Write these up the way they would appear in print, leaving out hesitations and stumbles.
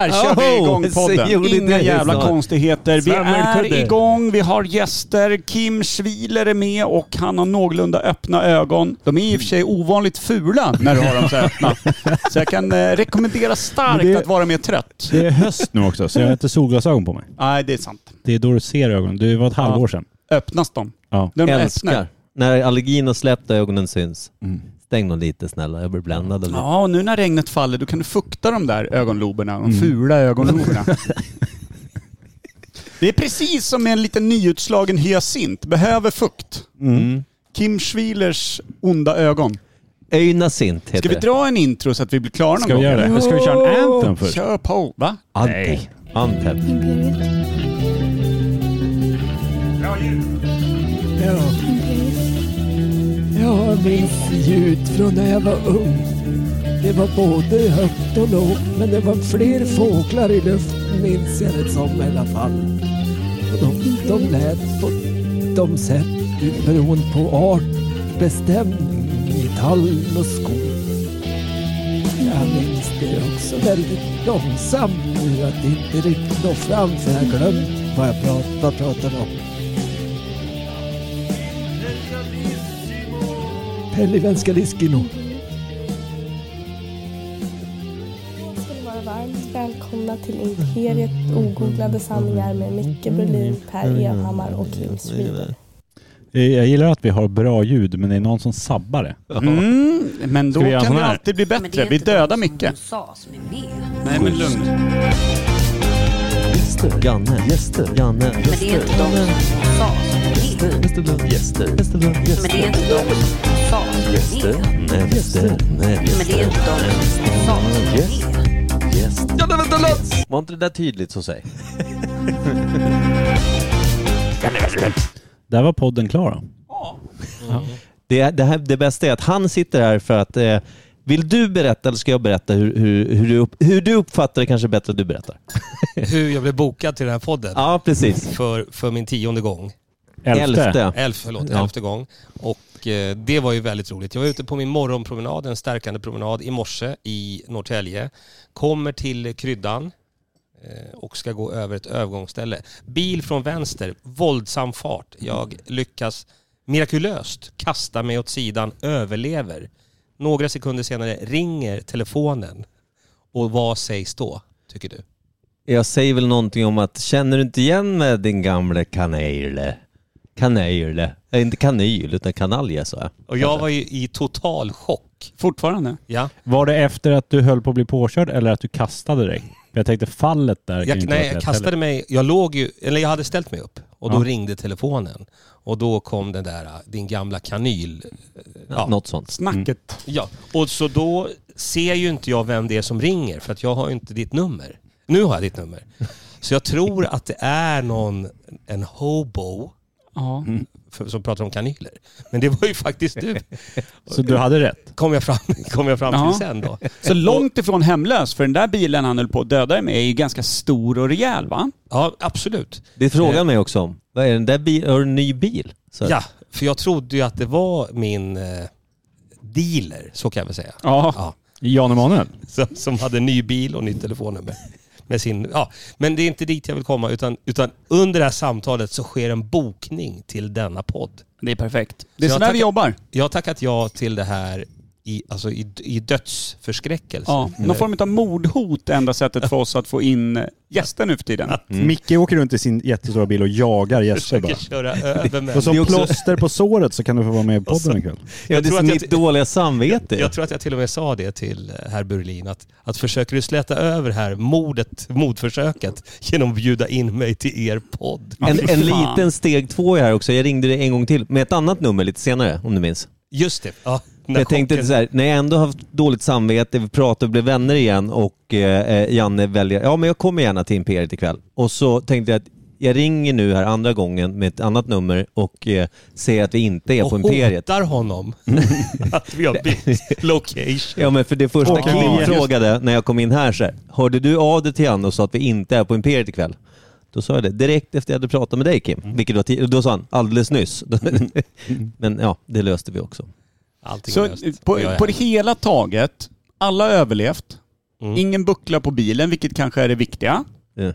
Här kör vi igång podden. Inga jävla konstigheter. Vi är igång, vi har gäster. Kim Schwiler är med och han har någorlunda öppna ögon. De är i och för sig ovanligt fula när du har dem så öppna. Så jag kan rekommendera starkt att vara mer trött. Det är höst nu också, så jag har inte solglasögon på mig. Nej, det är sant. Det är då du ser ögonen. Det var ett halvår sedan. Öppnas de? Ja. De älskar. öppnar. När allergin har släppt ögonen syns. Stäng dem lite snälla, jag blir bländad. Ja, och nu när regnet faller då kan du fukta de där ögonloberna, de fula ögonloberna. Det är precis som en liten nyutslagen hyacint, behöver fukt. Kim Schwilers onda ögon. Öjnasint heter det. Ska vi dra en intro så att vi blir klara någon gång? Ska vi göra det? Ska vi köra en anthem först? Kör på, va? Anthem. Jag minns ljud från när jag var ung. Det var både högt och lågt, men det var fler fåglar i luften, minns jag det som i alla fall. Och de lät på de sätt beroende på art, bestämning i tall och skog. Jag minns det också väldigt långsamt nu att inte riktigt nå fram, för jag glömt vad jag pratade om. Pelli Venskaliskino. Ska ni vara varmt välkomna till Imperiet ogooglade sanningar med Micke Berlin, Per Evhammar och Kim Schwiler. Jag gillar att vi har bra ljud, men det är någon som sabbar det. Men då kan det alltid bli bättre. Vi dödar mycket. Nej, men lugnt. Janne. Men det är inte de som sa som det är. Gäster. Men det är inte de som sa som det är. Men det är inte de som sa som det är. Var inte det där tydligt så säg? Där var podden klar då. Det bästa är att han sitter här för att... vill du berätta eller ska jag berätta hur du uppfattar det, kanske bättre att du berättar? Hur jag blev bokad till den här podden. Ja, precis. För min 10:e gång. Elfte gång. Och det var ju väldigt roligt. Jag var ute på min morgonpromenad, en stärkande promenad i morse i Norrtälje. Kommer till kryddan och ska gå över ett övergångsställe. Bil från vänster, våldsam fart. Jag lyckas mirakulöst kasta mig åt sidan, överlever. Några sekunder senare ringer telefonen. Och vad sägs då, tycker du? Jag säger väl någonting om att känner du inte igen med din gamla kanyle? Inte kanyl utan kanalje, så. Och jag var ju i total chock. Fortfarande? Ja. Var det efter att du höll på att bli påkörd eller att du kastade dig? Jag tänkte fallet där. Jag kastade mig. Jag hade ställt mig upp. Och då ringde telefonen. Och då kom den där, din gamla kanyl. Något sånt. Snacket. Ja, och så då ser ju inte jag vem det är som ringer. För att jag har ju inte ditt nummer. Nu har jag ditt nummer. Så jag tror att det är en hobo som pratar om kanyler. Men det var ju faktiskt du. Så du hade rätt? Kom jag fram till sen då. Så långt ifrån hemlös, för den där bilen han höll på att döda med är ju ganska stor och rejäl, va? Ja, absolut. Det frågar mig också om. Vad är den där har du en ny bil? Så. Ja, för jag trodde ju att det var min dealer, så kan jag väl säga. Ja. Jan Emanuel. Som hade en ny bil och nytt telefonnummer. Men det är inte dit jag vill komma, utan under det här samtalet så sker en bokning till denna podd. Det är perfekt. Det är så där vi jobbar. Jag har tackat ja till det här i dödsförskräckelse. Ja, någon form av mordhot är enda sättet för oss att få in gäster nu för tiden. Micke åker runt i sin jättestora bil och jagar gäster bara. Köra över mig. Och som plåster på såret så kan du få vara med i podden ikväll. Ja, det är mitt dåliga samvete. Jag tror att jag till och med sa det till herr Berlin, att försöker du släta över här mordförsöket genom att bjuda in mig till er podd. En liten steg 2 här också. Jag ringde dig en gång till med ett annat nummer lite senare, om du minns. Just det. Ja, jag tänkte så här, när jag ändå haft dåligt samvete, vi pratade och blev vänner igen och Janne väljer, men jag kommer gärna till Imperiet ikväll. Och så tänkte jag att jag ringer nu här andra gången med ett annat nummer och säger att vi inte är på Imperiet. Och hotar honom att vi har bytt location. Ja, men för det första Kim frågade när jag kom in här så här, hörde du av det till Janne och sa att vi inte är på Imperiet ikväll? Då sa jag det direkt efter jag hade pratat med dig, Kim. Vilket var då sa han alldeles nyss. Men ja, det löste vi också. Så på det hela taget, alla har överlevt. Ingen buckla på bilen, vilket kanske är det viktiga. Ja.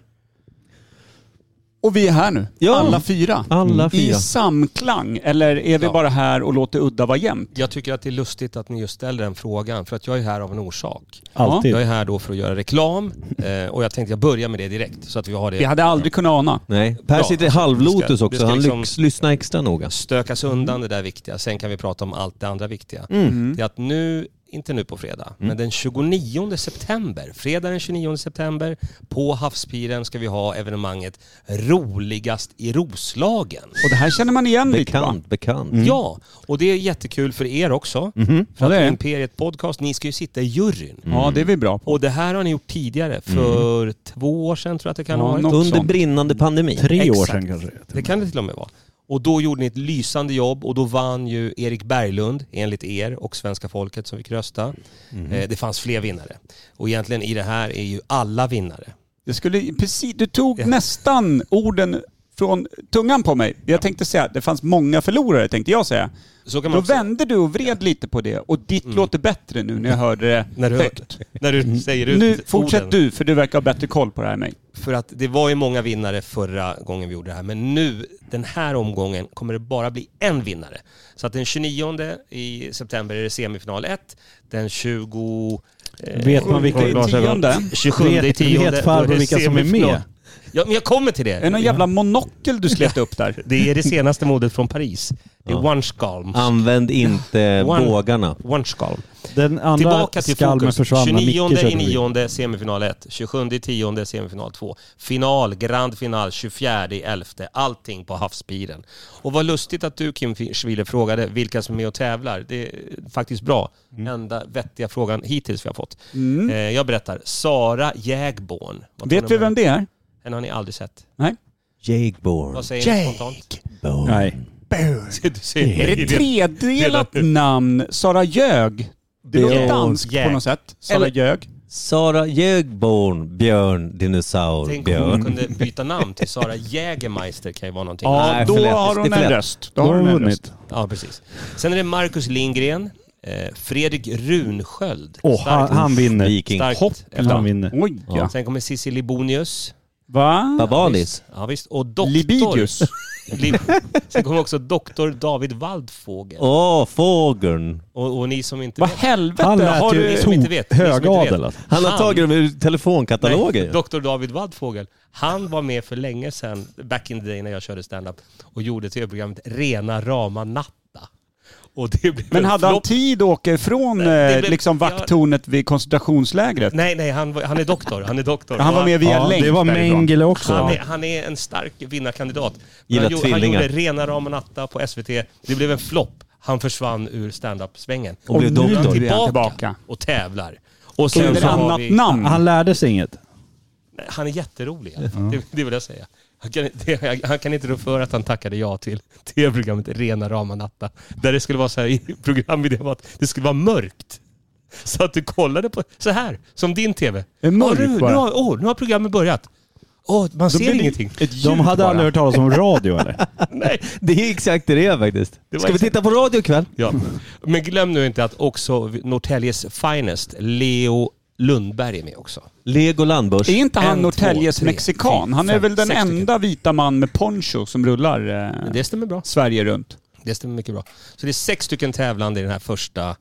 Och vi är här nu. Ja. Alla fyra. I samklang. Eller är vi bara här och låter udda vara jämnt? Jag tycker att det är lustigt att ni just ställer den frågan. För att jag är här av en orsak. Alltid. Jag är här då för att göra reklam. Och jag tänkte jag börjar med det direkt. Så att vi har det. Vi hade aldrig kunnat ana. Nej, Per sitter i halvlotus också. ska Han liksom lyssnar extra noga. Stökas undan det där viktiga. Sen kan vi prata om allt det andra viktiga. Det är att nu, inte nu på fredag, men den 29 september, fredag den 29 september på Havspiren ska vi ha evenemanget Roligast i Roslagen. Och det här känner man igen lite, va? Bekant. Ja, och det är jättekul för er också. För att Imperiet Podcast, ni ska ju sitta i juryn. Ja, det är vi bra på. Och det här har ni gjort tidigare, för 2 år sedan tror jag att det kan ha varit. Under brinnande pandemi. 3 år sedan kanske. Det kan det till och med vara. Och då gjorde ni ett lysande jobb och då vann ju Erik Berglund enligt er och svenska folket som fick rösta. Det fanns fler vinnare. Och egentligen i det här är ju alla vinnare. Du tog nästan orden från tungan på mig. Jag tänkte säga att det fanns många förlorare, tänkte jag säga. Så kan man då vände du och vred lite på det och ditt låter bättre nu när jag hörde det högt. När du säger ut nu fortsätt orden. du, för du verkar ha bättre koll på det här än mig. För att det var ju många vinnare förra gången vi gjorde det här. Men nu, den här omgången, kommer det bara bli en vinnare. Så att den 29 i september är det semifinal 1. Den 20... Vet man vilka 27 vet farbror vilka som är med? Ja, men jag kommer till det. Är det någon jävla monokel du slet upp där? Det är det senaste modet från Paris. Det är One Skalm. Använd inte bågarna. One Skalm. Den andra tillbaka till fokus. 29 semifinal 1, 27/10 semifinal 2. Final, grand final 24/11. Allting på Havspiren. Och vad lustigt att du, Kim Schwiler, frågade vilka som är med och tävlar. Det är faktiskt bra. Enda vettiga frågan hittills vi har fått. Jag berättar. Sara Jägborn. Vet vi vem det är? Den har ni aldrig sett. Nej. Jägborn. Vad säger ni spontant? Nej. Är det tredelat namn? Sara Jög? Det låter danskt på något sätt. Sara Jög. Sara Jägborn, Björn, dinosaur, Tänk Björn. om hon kunde byta namn till Sara Jägermeister, kan ju vara någonting. Ja, Nej, då för lätt. har hon Det är för en lätt. röst. Då har hon en röst. Ja, precis. Sen är det Marcus Lindgren, Fredrik Runsköld. Han vinner. Viking. Starkt Han vinner. Oj, ja. Sen kommer Cissi Libonius. Va? Babalis. Ja, visst. Och doktor... Libidius. Sen kommer också doktor David Waldfågel. Fågeln. Och ni som inte Vad vet. helvete Han har lät du... ju som inte vet, ni som inte högadel. vet. Alltså. Han har tagit dem ur telefonkatalogen. Doktor David Waldfågel. Han var med för länge sedan, back in the day när jag körde stand-up, och gjorde tv-programmet Rena Rama Natta. Och det blev Men hade han tid att åka ifrån liksom vakttornet vid koncentrationslägret? Nej, han är doktor. Han är doktor. Han var med via länk Det var därifrån. Mengele också. Han är en stark vinnarkandidat. Gillar Han tvillingar. gjorde Rena Rama Natta på SVT. Det blev en flopp. Han försvann ur stand-up-svängen. Och blev nu doktor. är han tillbaka. Och tävlar. Och Under sen ett så har annat vi... namn. Han lärde sig inget. Han är jätterolig. Det vill jag säga. Han kan inte rå för att han tackade ja till tv-programmet Rena Rama Natta. Där det skulle vara så här i programidén att det skulle vara mörkt. Så att du kollade på så här, som din tv. Mörkt bara. Nu har programmet börjat. Man ser ingenting. De hade aldrig hört talas om radio eller? Nej. Det är exakt det är faktiskt. Det var Ska vi exakt. titta på radio ikväll? Ja. Men glöm nu inte att också Norrtäljes finest, Leo Lundberg, är med också. Legoland-börs. Är inte han 1, 2, Norrtäljes 3, mexikan? Han är 5, väl den 6 stycken. enda vita man med poncho som rullar Det stämmer bra. Sverige runt. Det stämmer mycket bra. Så det är 6 stycken tävlande i den här första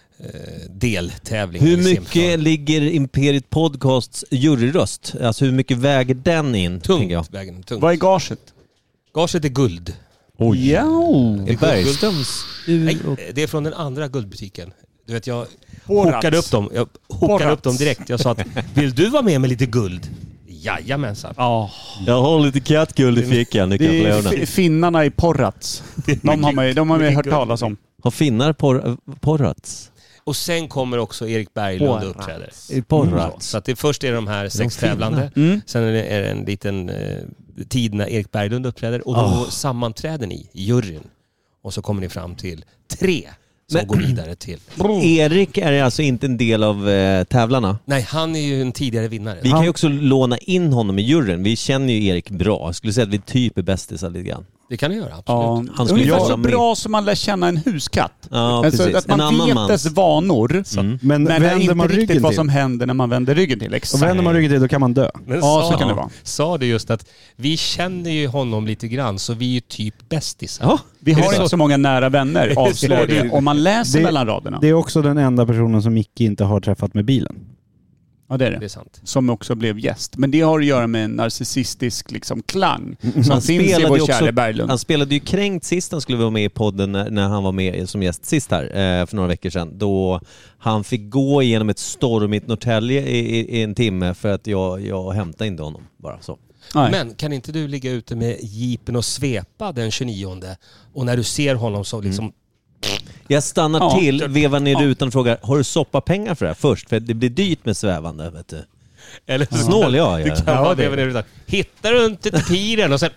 deltävlingen. Hur i mycket semifinalen. ligger Imperiet Podcasts juryröst? Alltså hur mycket väger den in? tänker jag? Tungt, vägen tungt. Vad är gaget? Gaget är guld. Oj. Ja. Är Bergströms Nej, och... det är från den andra guldbutiken. Du vet, jag Porats. hookade upp dem. Jag hookade upp dem direkt. Jag sa att, vill du vara med lite guld? Jajamensan. Ja. Jag har lite kattguld i fickan, du kan Det få är låna. finnarna i Porrats. De har man ju hört talas om. Har finnar porrats? Och sen kommer också Erik Berglund och uppträder. Porrats. Så att det först är de här 6 tävlande. Sen är det en liten tid när Erik Berglund uppträder. Och då sammanträder ni i juryn. Och så kommer ni fram till 3 som går vidare till... Erik är alltså inte en del av tävlarna. Nej, han är ju en tidigare vinnare. Vi kan ju också låna in honom i juryn. Vi känner ju Erik bra. Jag skulle säga att vi typ är bästisar lite grann. Det kan du göra, Ja. absolut. Ungefär så bra som man lär känna en huskatt. Ja, alltså, precis. att man vet dess vanor, men vet inte riktigt vad som händer när man vänder ryggen till. Exakt. Och vänder man ryggen till, då kan man dö. Men så kan det vara. Sa det just att vi känner ju honom lite grann, så vi är ju typ bästisar. Ja. Vi har inte så många nära vänner, avslöjar det, om man läser mellan raderna. Det är också den enda personen som Micke inte har träffat med bilen. Ja, det är det. Det är sant. Som också blev gäst. Men det har att göra med en narcissistisk liksom, klang som finns i vår kära Berglund. Han spelade ju kränkt sist han skulle vara med i podden när han var med som gäst sist här för några veckor sedan. Då han fick gå igenom ett stormigt Norrtälje i en timme för att jag hämtade inte honom. Bara så. Nej. Men kan inte du ligga ute med jeepen och svepa den 29? Och när du ser honom så liksom... Jag stannar till, vevar ner rutan och frågar, har du soppapengar för det här först? För det blir dyrt med svävande, vet du. Eller så snål jag du kan vara veva ner rutan. Hittar du inte till piren och sen...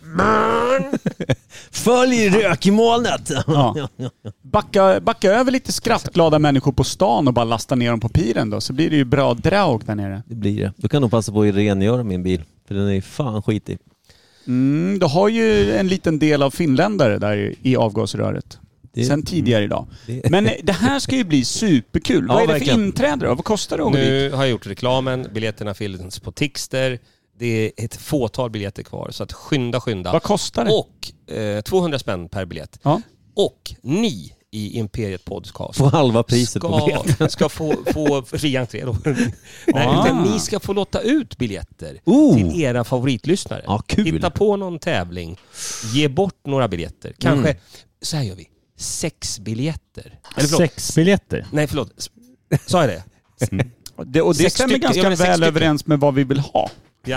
Följ rökmolnet! Ja. Backa över lite skrattglada människor på stan och bara lasta ner dem på piren då, så blir det ju bra drag där nere. Det blir det. Du kan nog passa på att rengöra min bil, för den är fan skitig. Du har ju en liten del av finländare där i avgasröret. Sen tidigare idag. Men det här ska ju bli superkul. Vad är det för inträde då? Vad kostar det? Nu har jag gjort reklamen. Biljetterna finns på Tixter. Det är ett fåtal biljetter kvar. Så att skynda. Vad kostar det? Och 200 spänn per biljett. Ja. Och ni i Imperiet Podcast få halva priset på biljetten. Ska få fri entré då. Nej, utan ni ska få låta ut biljetter till era favoritlyssnare. Kul. Hitta på någon tävling. Ge bort några biljetter. Kanske, så här gör vi. 6 biljetter. Eller 6 biljetter? Nej, förlåt. Sa jag det? Det stämmer ganska väl överens med vad vi vill ha. Ja.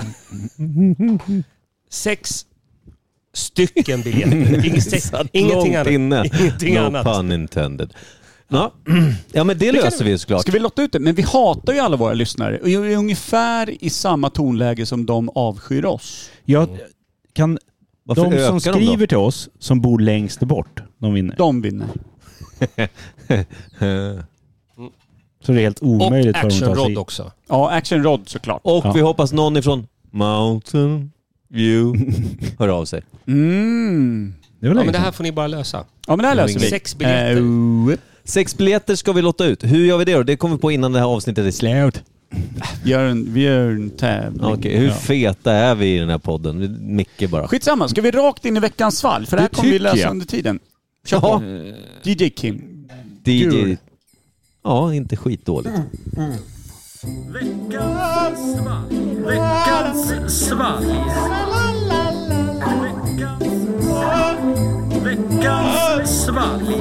6 stycken biljetter. Ingenting annat. Ingenting annat. No pun intended. Ja, men det löser vi såklart. Ska vi låta ut det? Men vi hatar ju alla våra lyssnare. Och är ungefär i samma tonläge som de avskyr oss. Jag kan... De som skriver till oss, som bor längst bort, de vinner. De vinner. Så det är helt omöjligt för dem att ta sig. Och Action Rod också. Ja, Action Rod såklart. Och vi hoppas någon ifrån Mountain View hör av sig. Mm. Men det här får ni bara lösa. Ja, men det här löser vi. 6 biljetter. 6 biljetter ska vi låta ut. Hur gör vi det då? Det kommer vi på innan det här avsnittet är slut. Vi gör en tävling. Okej, hur feta är vi i den här podden? Mycket bara. Skitsamma, ska vi rakt in i veckans svalg? För det här kommer vi läsa under tiden. Kör på. DJ Kim. DJ. Ja, inte skitdåligt. Veckans svalg. Veckans svalg. Veckans svalg.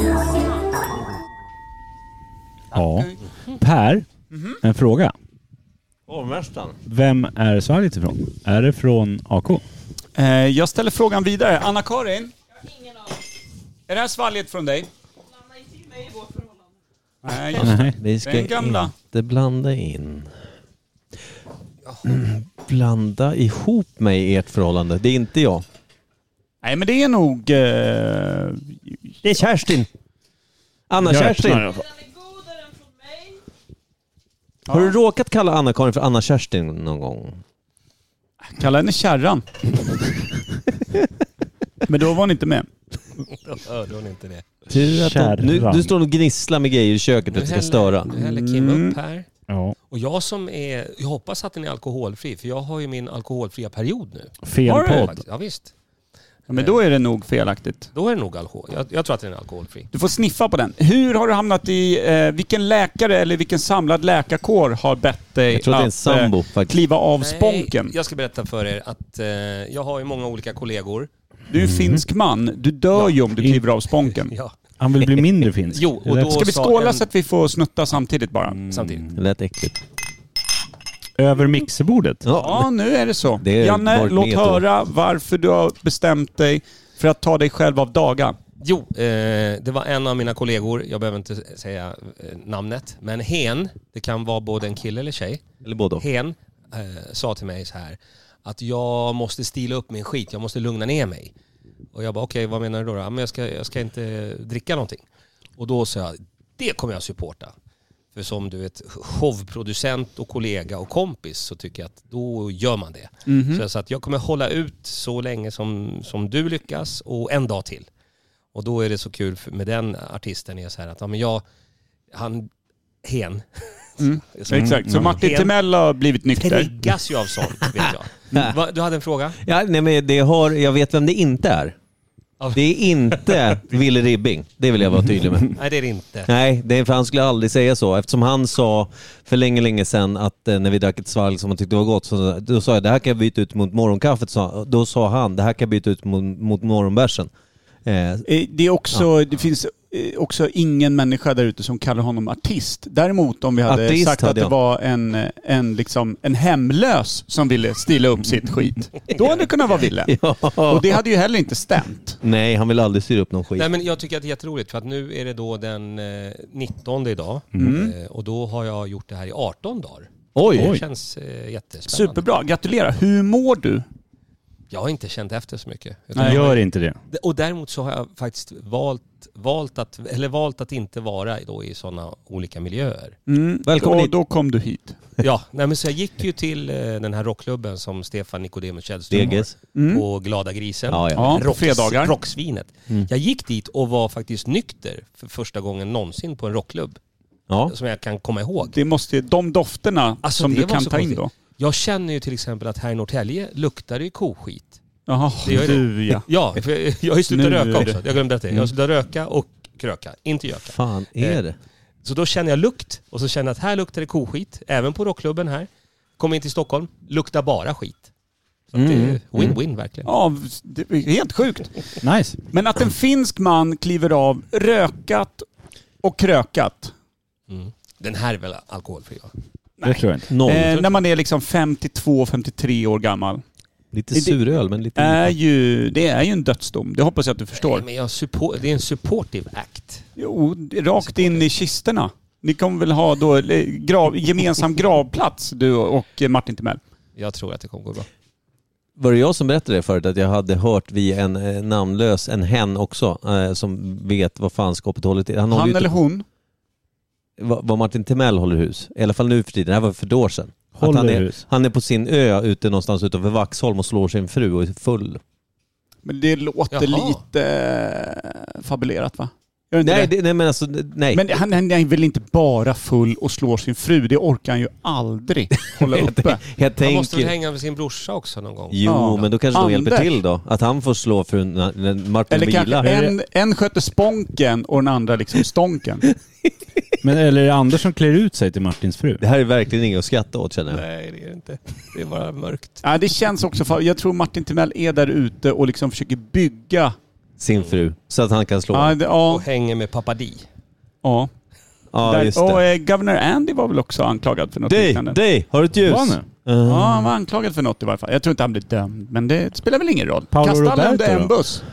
Ja. Per, en fråga. Mästaren. Vem är svalget ifrån? Är det från AK? Jag ställer frågan vidare. Anna-Karin? Jag har ingen aning. Är det här svalget från dig? Blanda inte mig i vårt förhållande. Nej, vi ska den gamla. Inte blanda in. Blanda ihop mig i ert förhållande. Det är inte jag. Nej, men det är nog... Det är Kerstin. Anna-Kerstin. Den är godare än från mig. Har du råkat kalla Anna-Karin för Anna-Kerstin någon gång? Kalla henne kärran. Men då var hon inte med. Då hörde hon inte det. Du står och gnisslar med grejer i köket och ska störa. Nu häller Kim upp här. Ja. Och jag hoppas att den är alkoholfri, för jag har ju min alkoholfria period nu. Fel podd. Ja, visst. Ja, men då är det nog felaktigt. Då är det nog alkohol. Jag tror att den är alkoholfri. Du får sniffa på den. Hur har du hamnat i... vilken läkare eller vilken samlad läkarkår har bett dig jag tror att det är en sambo, faktiskt. Kliva av sponken? Jag ska berätta för er att jag har ju många olika kollegor. Du är en finsk man. Du dör ju om du kliver av sponken. Ja. Han vill bli mindre finsk. Jo, och då ska vi skåla så att vi får snutta samtidigt bara? Samtidigt. Det lät äckligt. Över mixerbordet? Ja, nu är det så. Det Janne, låt höra varför du har bestämt dig för att ta dig själv av daga. Jo, det var en av mina kollegor, jag behöver inte säga namnet, men hen, det kan vara både en kille eller tjej. Eller både. Hen sa till mig så här, att jag måste stila upp min skit, jag måste lugna ner mig. Och jag bara, okej, vad menar du då? Men jag ska inte dricka någonting. Och då sa jag, det kommer jag supporta. För som du vet, showproducent och kollega och kompis så tycker jag att då gör man det. Så att jag kommer hålla ut så länge som du lyckas och en dag till. Och då är det så kul med den artisten är så här att Exakt, så Martin Timell har blivit nykter. Triggas ju av sånt, vet jag. Du hade en fråga? Ja, nej, men jag vet vem det inte är. Det är inte Ville Ribbing. Det vill jag vara tydlig med. Nej, det är det inte. Nej, för han skulle aldrig säga så. Eftersom han sa för länge sedan att när vi drack ett svalg som han tyckte var gott, så då sa jag det här kan jag byta ut mot morgonkaffet. Då sa han det här kan jag byta ut mot morgonbärsen. Det är också, det finns också ingen människa där ute som kallar honom artist. Däremot om vi hade artist sagt att det var en hemlös som ville stila upp sitt skit, då hade det kunnat vara Ville. Och det hade ju heller inte stämt. Nej, han vill aldrig styra upp någon skit. Nej, men jag tycker att det är jätteroligt för att nu är det då den 19 idag och då har jag gjort det här i 18 dagar. Oj! Det känns jättespännande. Superbra, gratulerar. Hur mår du? Jag har inte känt efter så mycket. Nej, gör inte det. Och däremot så har jag faktiskt valt att inte vara då i sådana olika miljöer. Välkommen hit. Då kom du hit. Ja, men så jag gick ju till den här rockklubben som Stefan Nicodemus Källström på Glada Grisen. På fredagar. Rocksvinet. Jag gick dit och var faktiskt nykter för första gången någonsin på en rockklubb. Som jag kan komma ihåg. Det måste de dofterna alltså, som du kan ta in då. Jag känner ju till exempel att här i Norrtälje luktar det ju koskit. Jaha, du ja. Ja, för jag har ju slutat röka också. Jag glömde det. Jag har slutat röka och kröka. Inte göka. Fan, är det? Så då känner jag lukt. Och så känner jag att här luktar det koskit. Även på rockklubben här. Kommer in till Stockholm. Luktar bara skit. Så det är win-win verkligen. Ja, det är helt sjukt. Nice. Men att en finsk man kliver av rökat och krökat. Den här är väl alkoholfri, va? Det tror jag inte. När man är liksom 52-53 år gammal. Lite suröl, men lite... Det är ju en dödsdom. Det hoppas jag att du förstår. Nej, men det är en supportive act. Jo, rakt in i kisterna. Ni kommer väl ha då gemensam gravplats, du och Martin Timell? Jag tror att det kommer gå bra. Var det jag som berättade det förut att jag hade hört via en namnlös, en hen också, som vet vad fanskapet håller till. Han eller hon? Vad Martin Timell håller hus. I alla fall nu för tiden. Det här var för år sedan. Han är på sin ö ute någonstans utanför Vaxholm och slår sin fru och är full. Men det låter lite fabulerat, va? Nej, men alltså, nej. Men han är väl inte bara full och slår sin fru. Det orkar han ju aldrig hålla uppe. Han måste väl hänga med sin brorsa också någon gång. Jo, men då kanske de hjälper till då. Att han får slå frun när Martin vilar. Eller kanske en sköter sponken och den andra liksom stonken. Men eller är det Anders som klär ut sig till Martins fru? Det här är verkligen inget att skratta åt, känner jag. Nej, det är det inte. Det är bara mörkt. Ja, det känns också, jag tror Martin Timell är där ute och liksom försöker bygga sin fru så att han kan slå. Och hänger med Papa Di. Ja. Just det. Och Governor Andy var väl också anklagad för något liknande. Har du ett ljus? Ja, han var anklagad för något i varje fall. Jag tror inte han blev dömd, men det spelar väl ingen roll. Kasta alla under en buss.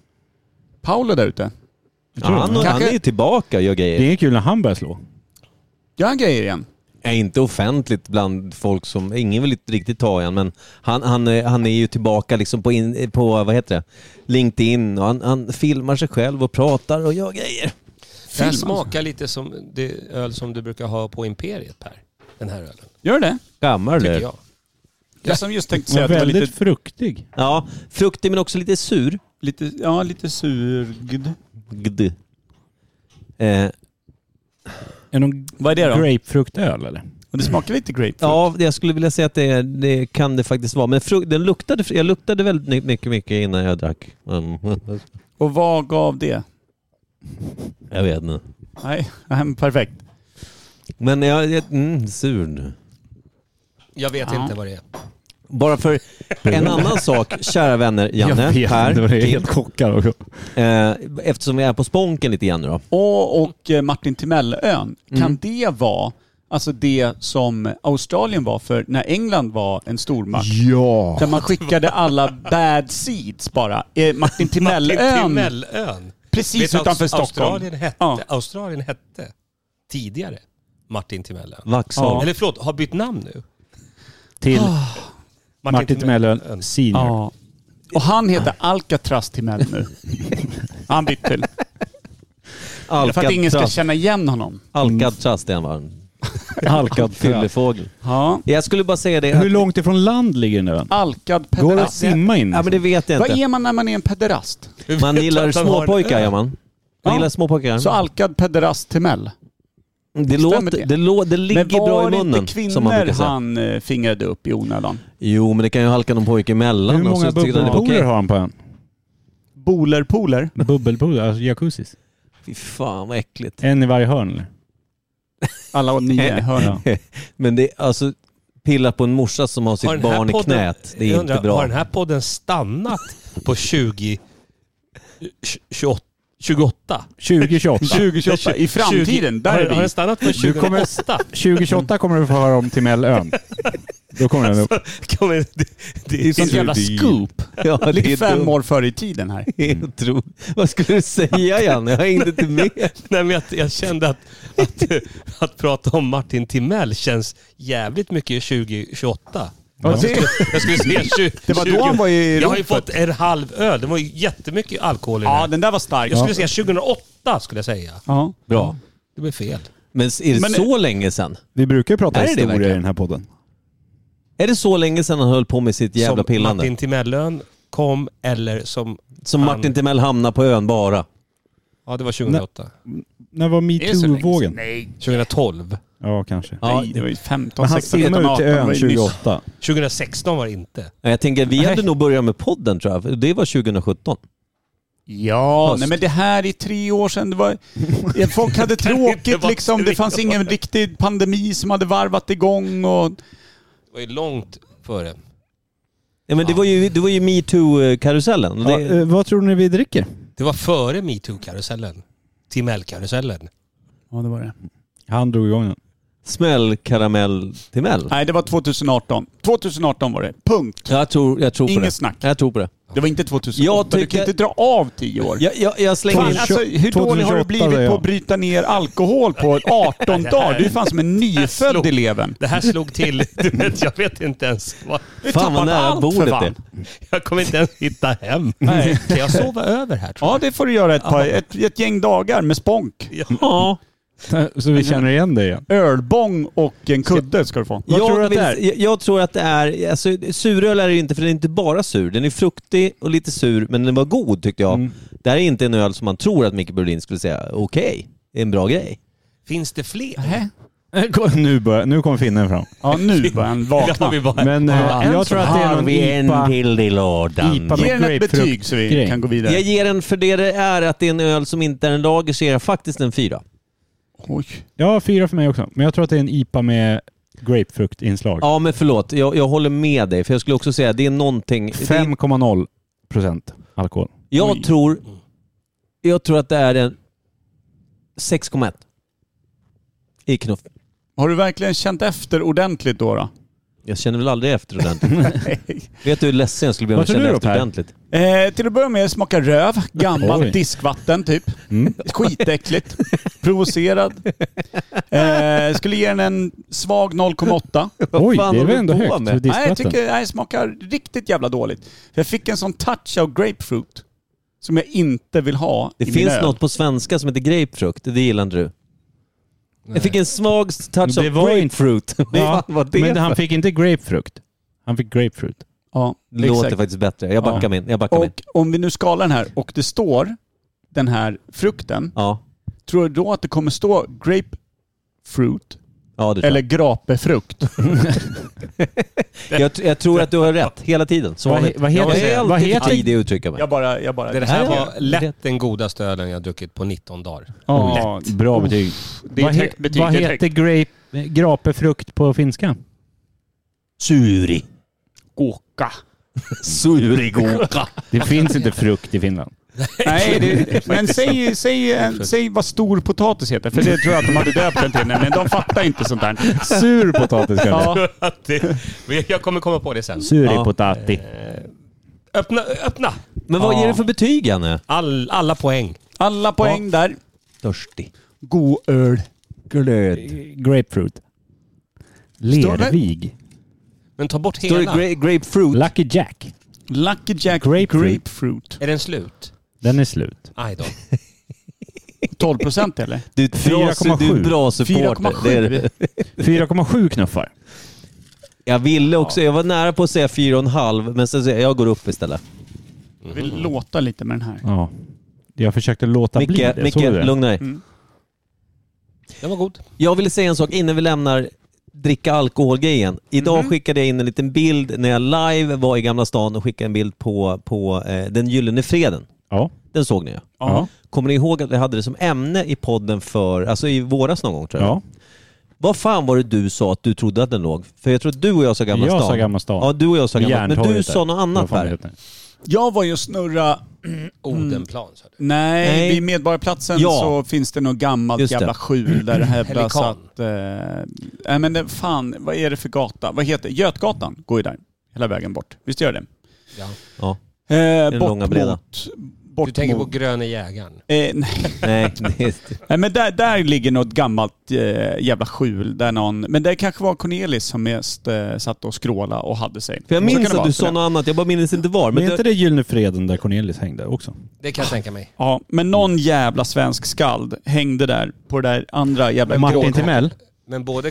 Paolo där ute. Han är ju tillbaka och gör grejer. Det är kul när han börjar slå. Gör han grejer igen? Inte offentligt bland folk som ingen vill riktigt ta igen, men han är ju tillbaka liksom på vad heter det? LinkedIn, och han filmar sig själv och pratar och gör grejer. Det här smakar lite som det öl som du brukar ha på Imperiet, Per. Den här ölen. Gör det? Gammal tycker jag. Jag som just tänkte säga att det var lite fruktig. Ja, fruktig men också lite sur. Lite surgd. Vad är det då? Grapefruktöl eller? Och det smakar lite grapefrukt. Ja, jag skulle vilja säga att det kan det faktiskt vara. Men jag luktade väldigt mycket innan jag drack. Och vad gav det? Jag vet inte. Nej, perfekt. Men sur. Jag vet inte vad det är. Bara för en annan sak, kära vänner, Janne, jag vet, här. Det var helt chockad också. Eftersom vi är på Sponken lite igen nu då. Och Martin Timell-ön, kan det vara alltså det som Australien var för när England var en stormakt? Ja. Där man skickade alla bad seeds bara. Martin Timell-ön. Precis utanför Stockholm. Australien hette tidigare Martin Timell-ön. Vaxholm. Eller förlåt, har bytt namn nu. Till Martin Timell senior. Ja. Och han heter Alcatraz Timell nu. Han bytt till. För att ingen ska känna igen honom. Alcatraz den var. Alkad fyllefågel. Ja. Jag skulle bara säga det. Hur långt ifrån land ligger den ön? Alkad pederast. Går det att simma in? Ja, men det vet jag inte. Vad är man när man är en pederast? Man gillar småpojkar, ja man. Man gillar småpojkar. Så alkad pederast Timell. Det ligger bra i munnen. Men var inte kvinnor han fingrade upp i onödan? Jo, men det kan ju halka någon pojke emellan. Hur många bubbelpooler har han på ön? Bolerpooler? Bubbelpooler, alltså jacuzzis. Fy fan vad äckligt. En i varje hörn eller? Alla 9 hörn. Men det är alltså pilla på en morsa som har sitt barn i knät. Det är inte bra. Har den här podden stannat på 2028? 2028. I framtiden. Där är har den stannat på 2028? 2028 kommer du få höra om Timellön. Då kommer den upp. Det är sånt jävla scoop. Ja, det ligger 5 år före i tiden här. Vad skulle du säga, Jan? Jag hängde inte med. Nej, men jag kände att prata om Martin Timell känns jävligt mycket 2028. Ja. Jag skulle säga 20. Det var då han var i Jag har ju fått en halv öl. Det var ju jättemycket alkohol i den. Ja, den där var stark. Jag skulle säga 2008 skulle jag säga. Ja. Bra. Det blev fel. Men är det så länge sedan? Vi brukar ju prata historia i den här podden. Är det så länge sedan han höll på med sitt jävla pillande? Som Martin Timellön kom eller som Martin Timell hamnade på ön bara? Ja, det var 2008. När var MeToo-vågen? Nej. 2012. Ja, kanske. Nej, det var ju 15, men han 16, simmade 17, ut till ön 28. 2016 var det inte. Jag tänker, vi hade nog börjat med podden tror jag. Det var 2017. Ja, nej men det här är 3 år sedan. Det var, folk hade tråkigt liksom. Det fanns ingen riktig pandemi som hade varvat igång. Och... Det var ju långt före. Ja, men det var ju MeToo-karusellen. Ja, vad tror ni vi dricker? Det var före MeToo-karusellen. Timell-karusellen. Ja, det var det. Han drog igång den. Smällkaramell Timell. Nej, det var 2018. 2018 var det. Punkt. Jag tror på det. Inget snack. Jag tror på det. Det var inte 2008. Du kan inte dra av 10 år. Jag slänger fan, alltså, hur dålig har du blivit på att bryta ner alkohol på 18 dagar? Du är fan som en nyfödd eleven. Det här slog till. Du vet, jag vet inte ens. Fan vad nära bordet det. Jag kommer inte ens hitta hem. Nej. Kan jag sova över här? Ja, det får du göra ett gäng dagar med spånk. Ja. Så vi känner igen det igen. Ölbång och en kudde ska du få. Jag tror att det är... Alltså, suröl är det inte, för den är inte bara sur. Den är fruktig och lite sur, men den var god tyckte jag. Det här är inte en öl som man tror att Micke Berlin skulle säga okej, det är en bra grej. Finns det fler? Nu kommer finnen fram. Ja, nu börjar han vakna. Men jag tror att det är någon IPA. En till i lådan. Ge den ett betyg så vi kan gå vidare. Jag ger den för det är att det är en öl som inte är en lager, så är faktiskt en 4. Oj. Ja, 4 för mig också. Men jag tror att det är en IPA med grapefruktinslag. Ja, men förlåt. Jag håller med dig. För jag skulle också säga att det är någonting... 5,0% alkohol. Jag tror att det är en 6,1 i knuff. Har du verkligen känt efter ordentligt då? Jag känner väl aldrig efter ordentligt. Vet du hur ledsen jag skulle bli om jag kände efter ordentligt? Till att börja med smakar röv. Gammalt diskvatten typ. Skitäckligt. Provocerad. Skulle ge den en svag 0,8. Oj, det är väl ändå högt för diskvatten. Nej, jag tycker det smakar riktigt jävla dåligt. Jag fick en sån touch av grapefruit som jag inte vill ha. Det finns något på svenska som heter grapefrukt. Det gillar inte du. Nej. Jag fick en svag touch av grapefruit. Ja, men han fick inte grapefrukt. Han fick grapefruit. Ja, det låter faktiskt bättre. Jag backar min. Och om vi nu skalar den här och det står den här frukten. Ja. Tror du då att det kommer stå grapefruit? Ja, det eller grapefrukt? jag tror att du har rätt hela tiden. Så vad heter det uttrycka mig? Jag bara det här var lätt den godaste ölen jag druckit på 19 dagar. Ja, bra betyg. Det är betyg. Vad heter grapefrukt på finska? Suri. Gåka. Suri gåka. Det finns inte frukt i Finland. Nej, men säg vad stor potatis heter. För det tror jag att de hade döpt den till. Men de fattar inte sånt där. Sur potatis kanske. Ja. Jag kommer komma på det sen. Sur potatis. Öppna. Men vad ger det för betyg, Janne? Alla poäng. Alla poäng där. Törstig. God öl. Glöd. Grapefruit. Lervig. Men ta bort hela. Står det grapefruit? Lucky Jack. Lucky Jack grapefruit. Är den slut? Den är slut. Aj då. 12% eller? Du är 4,7. Bra supporter. 4,7 knuffar. Jag ville också, jag var nära på att säga 4,5, men sen jag går upp istället. Jag vill låta lite med den här. Ja. Jag försökte låta bli det. Micke, lugna dig. Den var god. Jag ville säga en sak innan vi lämnar dricka alkoholgrejen. Idag skickade jag in en liten bild när jag live var i Gamla stan och skickade en bild på den gyllene freden. Ja. Den såg ni ju. Ja. Kommer ni ihåg att vi hade det som ämne i podden alltså i våras någon gång tror jag? Ja. Vad fan var det du sa att du trodde att den låg? För jag tror att du och jag sa Gamla stan. Jag sa Gamla stan. Ja, du och jag sa Gamla stan. Men du sa något annat här. Jag var ju snurra... Odenplan sa du? Nej, vid Medborgarplatsen så finns det något gammalt jävla skjul där det hävdas att... Nej men det, fan, vad är det för gata? Vad heter det? Götgatan går ju där. Hela vägen bort. Visst gör det? Ja. Bort långa breda. Du tänker på Gröna jägaren? Nej. Nej, men där ligger något gammalt jävla skjul. Där någon, men det kanske var Cornelis som mest satt och skråla och hade sig. För jag minns att du sa något annat, jag bara minns inte var. Men inte det gyllene freden där Cornelis hängde också? Det kan jag tänka mig. Ja, men någon jävla svensk skald hängde där på det där andra jävla... Martin Timell? Men både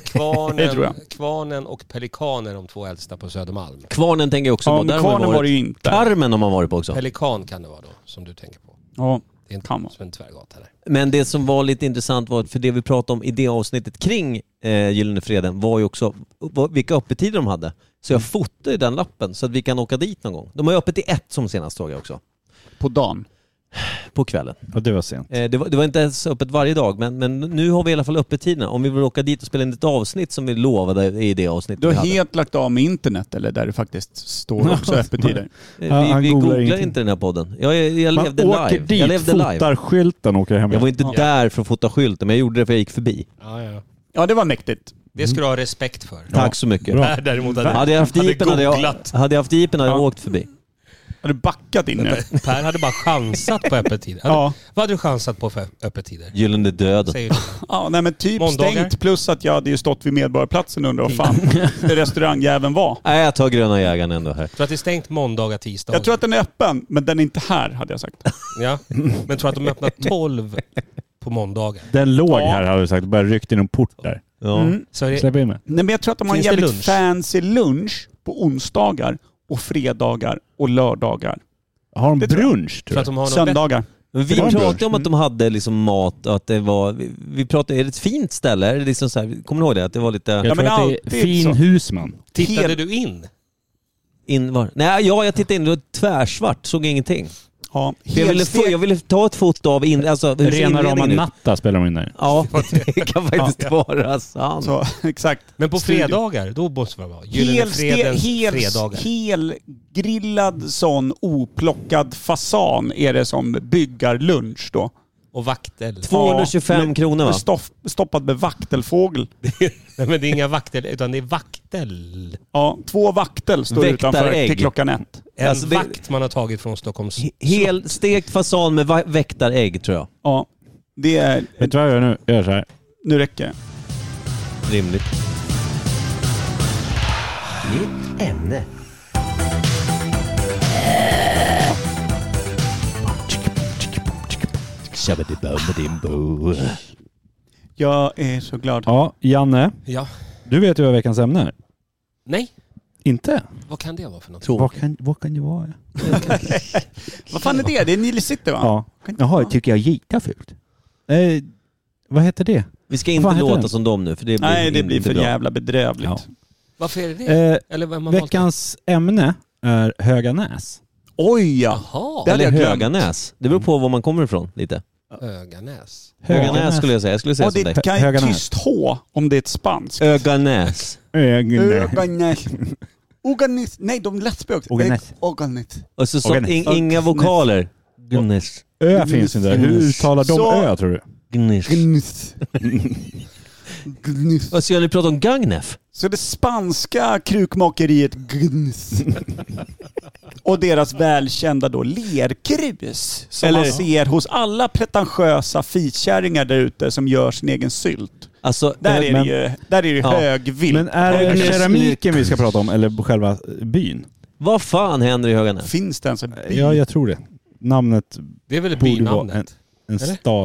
Kvarnen och Pelikan är de två äldsta på Södermalm. Kvarnen tänker jag också på. Där Kvarnen var det ju inte. Carmen har man varit på också. Pelikan kan det vara då, som du tänker på. Ja, det är inte som en tvärgata där. Men det som var lite intressant var, för det vi pratade om i det avsnittet kring gyllene freden var ju också vilka öppettider de hade. Så jag fotade den lappen så att vi kan åka dit någon gång. De har ju öppet till 1 som senast såg jag också. På dagen? På kvällen. Ja, det var sent. Det var inte ens öppet varje dag, men nu har vi i alla fall öppettiderna. Om vi vill åka dit och spela in ett avsnitt som vi lovade i det avsnittet. Du har helt lagt av med internet eller där det faktiskt står också öppettider? Vi googlar inte den här podden. Jag levde live. Åker dit, jag levde live. Fotar skylten och åker hem. Jag var inte där för att fota skylten, men jag gjorde det för jag gick förbi. Ja, det var mäktigt. Det ska du ha respekt för. Tack så mycket. Däremot hade jag haft jeepen hade jag haft jeepen hade jag åkt förbi. Hade du backat in nu? Per hade bara chansat på öppettider. Vad hade du chansat på för öppettider? Gyllene döden. Ja, nej men typ måndagar. Stängt, plus att jag hade ju stått vid Medborgarplatsen och undrar vad fan det restaurangjäveln var. Nej, jag tar Gröna jägaren ändå här. Tror att det är stängt måndagar, tisdagar? Jag tror att den är öppen, men den är inte här, hade jag sagt. Ja, men tror att de öppnar 12 på måndagar? Den låg här, hade du sagt. Bara ryckt in en port där. Ja. Släpp in med. Nej, men jag tror att de har en jävligt fancy lunch på onsdagar och fredagar och lördagar. Har de brunch, tror jag? För att de har söndagar. Vi pratade om att de hade liksom mat och att det var... Vi pratade, är det ett fint ställe? Är det liksom så här, kommer du ihåg det? Att det var lite... Jag tror att det är fin husman. Tittade du in? In var? Nej, jag tittade in. Det var tvärsvart. Såg ingenting. Ja, jag ville ta ett foto av alltså, Rena rama natta spelar de in där. Ja, det kan faktiskt vara sant. Så, exakt. Men på fredagar, då måste det vara Gyllene fredens fredagar. Helgrillad sån oplockad fasan är det som byggarlunch då. Och vaktel. 225 kronor va? Stoppad med vaktelfågel. Nej, men det är inga vaktel, utan det är vaktel. Ja, 2 vaktel står utanför till klockan 1. En vakt man har tagit från Stockholms... Helstekt fasan med väktarägg tror jag. Ja, det är... Vet du vad jag gör nu? Jag gör så här. Nu räcker det. Rimligt. Nytt ämne. Jag är så glad. Ja, Janne. Ja. Du vet ju vad veckans ämne är. Nej. Inte? Vad kan det vara för något? Vad kan det vara? Vad fan är det? Det är Nile City va? Ja. Jaha, tycker jag gita fult. Vad heter det? Vi ska inte låta som dem nu. För det blir nej, det blir för jävla bedrövligt. Ja. Varför är det? Eller vem har veckans ämne är Höganäs. Oj ja! Jaha. Eller Höganäs. Det beror på var man kommer ifrån lite. Höganäs skulle jag säga. Jag skulle säga som dig. Det kan ju tyst H om det är ett spanskt. Höganäs. Oganis. Nej, de lättspråk. Oganis. Och så inga vokaler. Gunnis. Ö finns inte där. Hur talar de Ö tror du? Gunnis. Vad ska ni prata om Gagnef? Så det spanska krukmakeriet Gunnis. Och deras välkända då lerkrus som man ser hos alla pretentiösa fitkärringar där ute som gör sin egen sylt. Alltså, där är det ju högvilt. Men är det keramiken vi ska prata om eller själva byn? Vad fan händer i Höganäs? Finns det ens en by? Ja, jag tror det. Namnet det är väl borde bynamnet? vara en stad eller?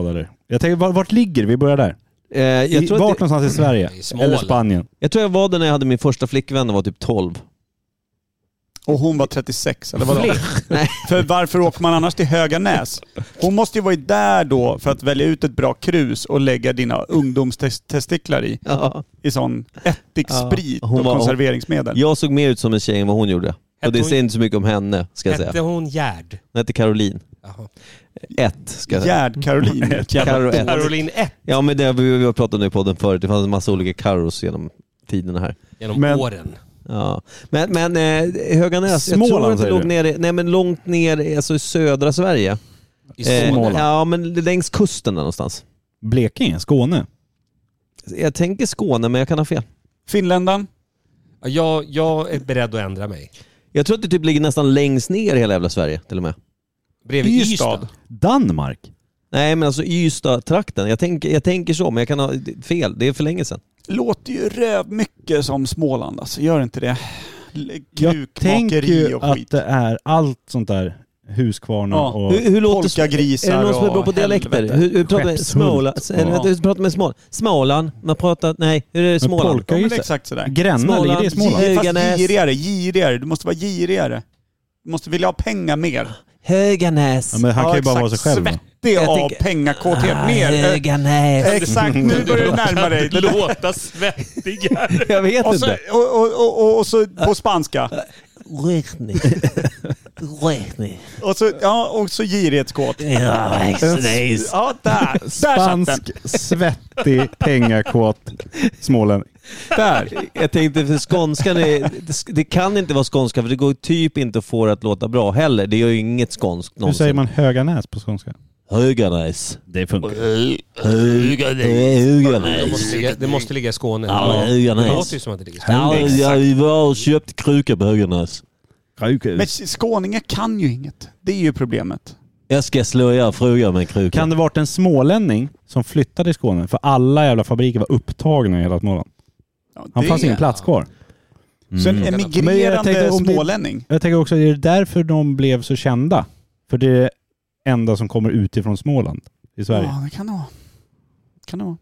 Jag tänker, vart ligger vi? Börjar där. Jag tror vart någonstans i Sverige? Eller Spanien? Jag tror jag var där när jag hade min första flickvän och var typ 12. Och hon var 36, eller vadå? Nej. För varför åker man annars till Höganäs? Hon måste ju vara där då för att välja ut ett bra krus och lägga dina ungdomstestiklar i. Ja. I sån ättiksprit och konserveringsmedel. Jag såg mer ut som en tjej än vad hon gjorde. Och det säger inte så mycket om henne, ska jag säga. Hette hon Gerd? Hon hette Caroline. Ska jag säga. Gerd Caroline. Caroline 1. Ja, men det vi har pratat nu på den förut. Det fanns en massa olika Caros genom tiderna här. Genom åren. Ja. Men Höganäs, Småland, jag tror att det låg nere, men långt ner, alltså i södra Sverige. I Småland? Ja, men längs kusten där någonstans. Blekinge? Skåne? Jag tänker Skåne, men jag kan ha fel. Finländan? Jag är beredd att ändra mig. Jag tror att det typ ligger nästan längst ner i hela jävla Sverige, till och med. Bredvid Ystad? Danmark? Nej, men alltså Ystad-trakten. Jag tänker så, men jag kan ha fel. Det är för länge sedan. Låter ju röv mycket som Småland, alltså. Gör inte det? Jag tänker ju att det är allt sånt där. Huskvarna och hur låter polkagrisar. Är det någon som är bra på dialekter? Hur pratar med Småland? Hur pratar med Småland? Man pratar, nej, hur är det Småland? Ja, men det är exakt sådär. Gränna, ligger det i Småland? Fast girigare. Du måste vara girigare. Du måste vilja ha pengar mer. Höganäs. Ja, men han kan ju bara vara sig själv. Svettig av pengakåthet. Mer. Höganäs. Exakt, nu börjar du närma dig. Låta svettigare. Jag vet inte. Och så på spanska. Och så girighetskåt. Ja, där. Spansk, svettig, pengakåt Småland. Där. Jag tänkte för skånskan det kan inte vara skånska, för det går typ inte att få det att låta bra heller. Det gör ju inget skånskt någonsin. Hur säger man Höganäs på skånska? Höganäs. Det funkar. Höganäs. Det måste ligga i Skåne. Ja, Höganäs. Det låter ju som att det ligger i Skåne. Ja, vi var och köpte kruka på Höganäs. Men skåningar kan ju inget. Det är ju problemet. Jag ska slå er fråga med en kruka. Kan det varit en smålänning som flyttade i Skåne? För alla jävla fabriker var upptagna i hela Småland. Ja, han fanns ingen plats kvar. Så en emigrerande smålänning. Jag tänker också, är det därför de blev så kända? För det är det enda som kommer utifrån Småland i Sverige. Ja, det kan det vara.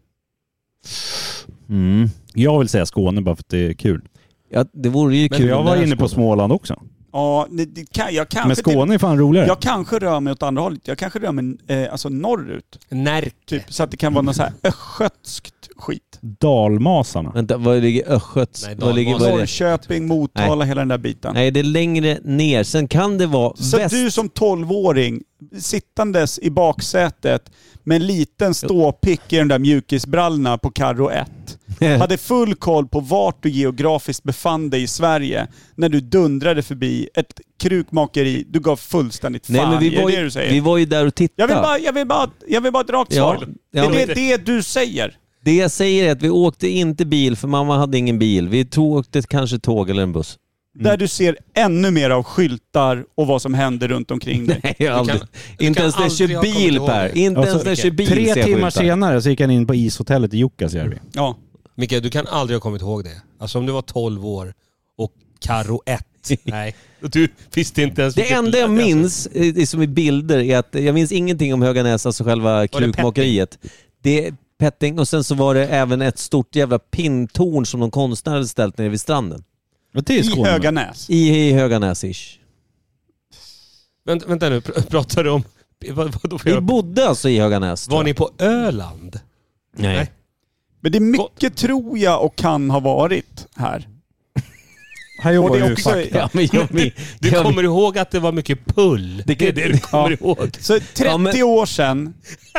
Jag vill säga Skåne bara för att det är kul. Ja, det vore ju kul. Men jag var inne på Småland också. Ja, jag kanske... Men Skåne är fan roligare. Jag kanske rör mig åt andra hållet. Jag kanske rör mig alltså norrut. Typ, så att det kan vara något så här östgötskt skit. Dalmasarna. Vänta, var ligger Östgöts? Norrköping, Motala, hela den där biten. Nej, det är längre ner. Sen kan det vara så väst. Du som 12-åring sittandes i baksätet med en liten ståpick i den där mjukisbrallorna på Carro 1 hade full koll på vart du geografiskt befann dig i Sverige när du dundrade förbi ett krukmakeri. Du gav fullständigt fan. Nej, men vi var ju där och tittade. Jag vill bara ett rakt svar. Det du säger. Det jag säger är att vi åkte inte bil för mamma hade ingen bil. Vi åkte kanske tåg eller en buss. Där du ser ännu mer av skyltar och vad som händer runt omkring dig. Nej, aldrig. Inte ens när jag kör bil, Per. Inte ens när jag kör bil. 3 timmar senare så gick han in på ishotellet i Jukkasjärvi. Ja. Micke, du kan aldrig ha kommit ihåg det. Alltså om du var 12 år och Carro 1. Nej, du visste inte ens. Det enda jag minns som i bilder är att jag minns ingenting om Höganäs, alltså själva krukmakeriet. Det är petting och sen så var det även ett stort jävla pinntorn som någon konstnär hade ställt nere vid stranden. I Höganäs? I Höganäs-ish. Vänta nu, pratar du om... Vi bodde alltså i Höganäs. Var ni på Öland? Nej. Men det är mycket tror jag och kan ha varit här. Här jobbar ju också... Du kommer ihåg att det var mycket pull. Det är det du kommer ihåg. Så 30 år sedan...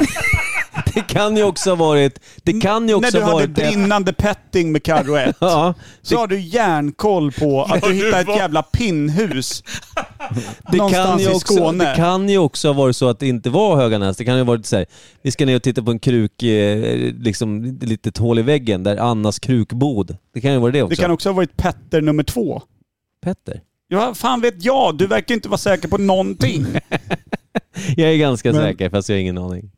Det kan ju också ha varit... när du hade brinnande petting med Carro 1 så har du järnkoll på att du hittar ett jävla pinnhus någonstans i Skåne. Det kan ju också ha varit så att det inte var Höganäs. Det kan ju ha varit så här, vi ska ner och titta på en kruk, liksom lite ett hål i väggen där Annas krukbod. Det kan ju vara det också. Det kan också ha varit Petter nummer 2. Petter? Ja, fan vet jag. Du verkar inte vara säker på någonting. Jag är ganska säker, fast jag har ingen aning.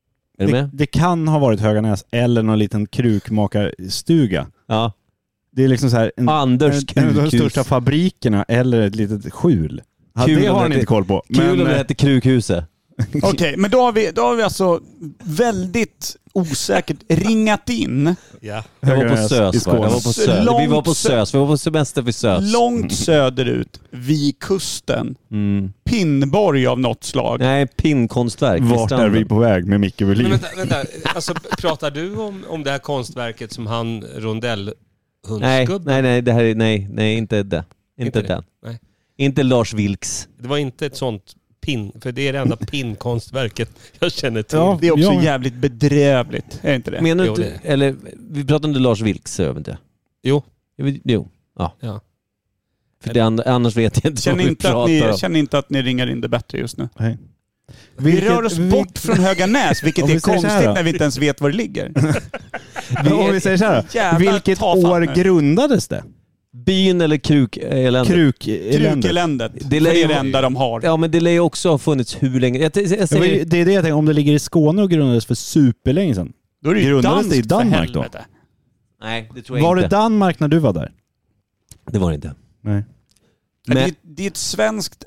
Det kan ha varit Höganäs eller någon liten krukmakarstuga. Ja. Det är liksom så här en av de största fabrikerna eller ett litet skjul. Det har han inte koll på. Kul om det heter krukhuset. Okej, men då har vi alltså väldigt osäkert ringat in. Ja. Jag var på Sös. Vi var på Sös. Vi var på semester vid Sös. Långt söderut, vid kusten. Pinnborg av något slag. Nej, pinnkonstverk. Vart är vi på väg med Micke Berlin? Men vänta. Alltså, pratar du om det här konstverket som han rondellhundsgubben? Nej, det här är, nej, inte det. Inte den. Nej. Inte Lars Vilks. Det var inte ett sånt pin, för det är det enda pinnkonstverket jag känner till. Ja, det är också jävligt bedrövligt, är inte det? Menar du inte, eller vi pratar inte Lars Vilks, jag vet inte. Jo. Ja. För Eller, det, annars vet jag inte vad vi pratar om. Känner inte att ni ringar in det bättre just nu. Nej. Vi rör oss bort från Höganäs, vilket är konstigt när vi inte ens vet var det ligger. Om vi säger så här, vilket år grundades det? Byn eller krukeländet? Krukeländet. Det är det enda de har. Ja, men det lär ju också ha funnits hur länge. Det är det jag tänker, om det ligger i Skåne och grundades för superlänge sedan. Då är det ju grundades det i Danmark då? Nej, det tror jag var inte. Var det Danmark när du var där? Det var det inte. Nej. Men det är ett svenskt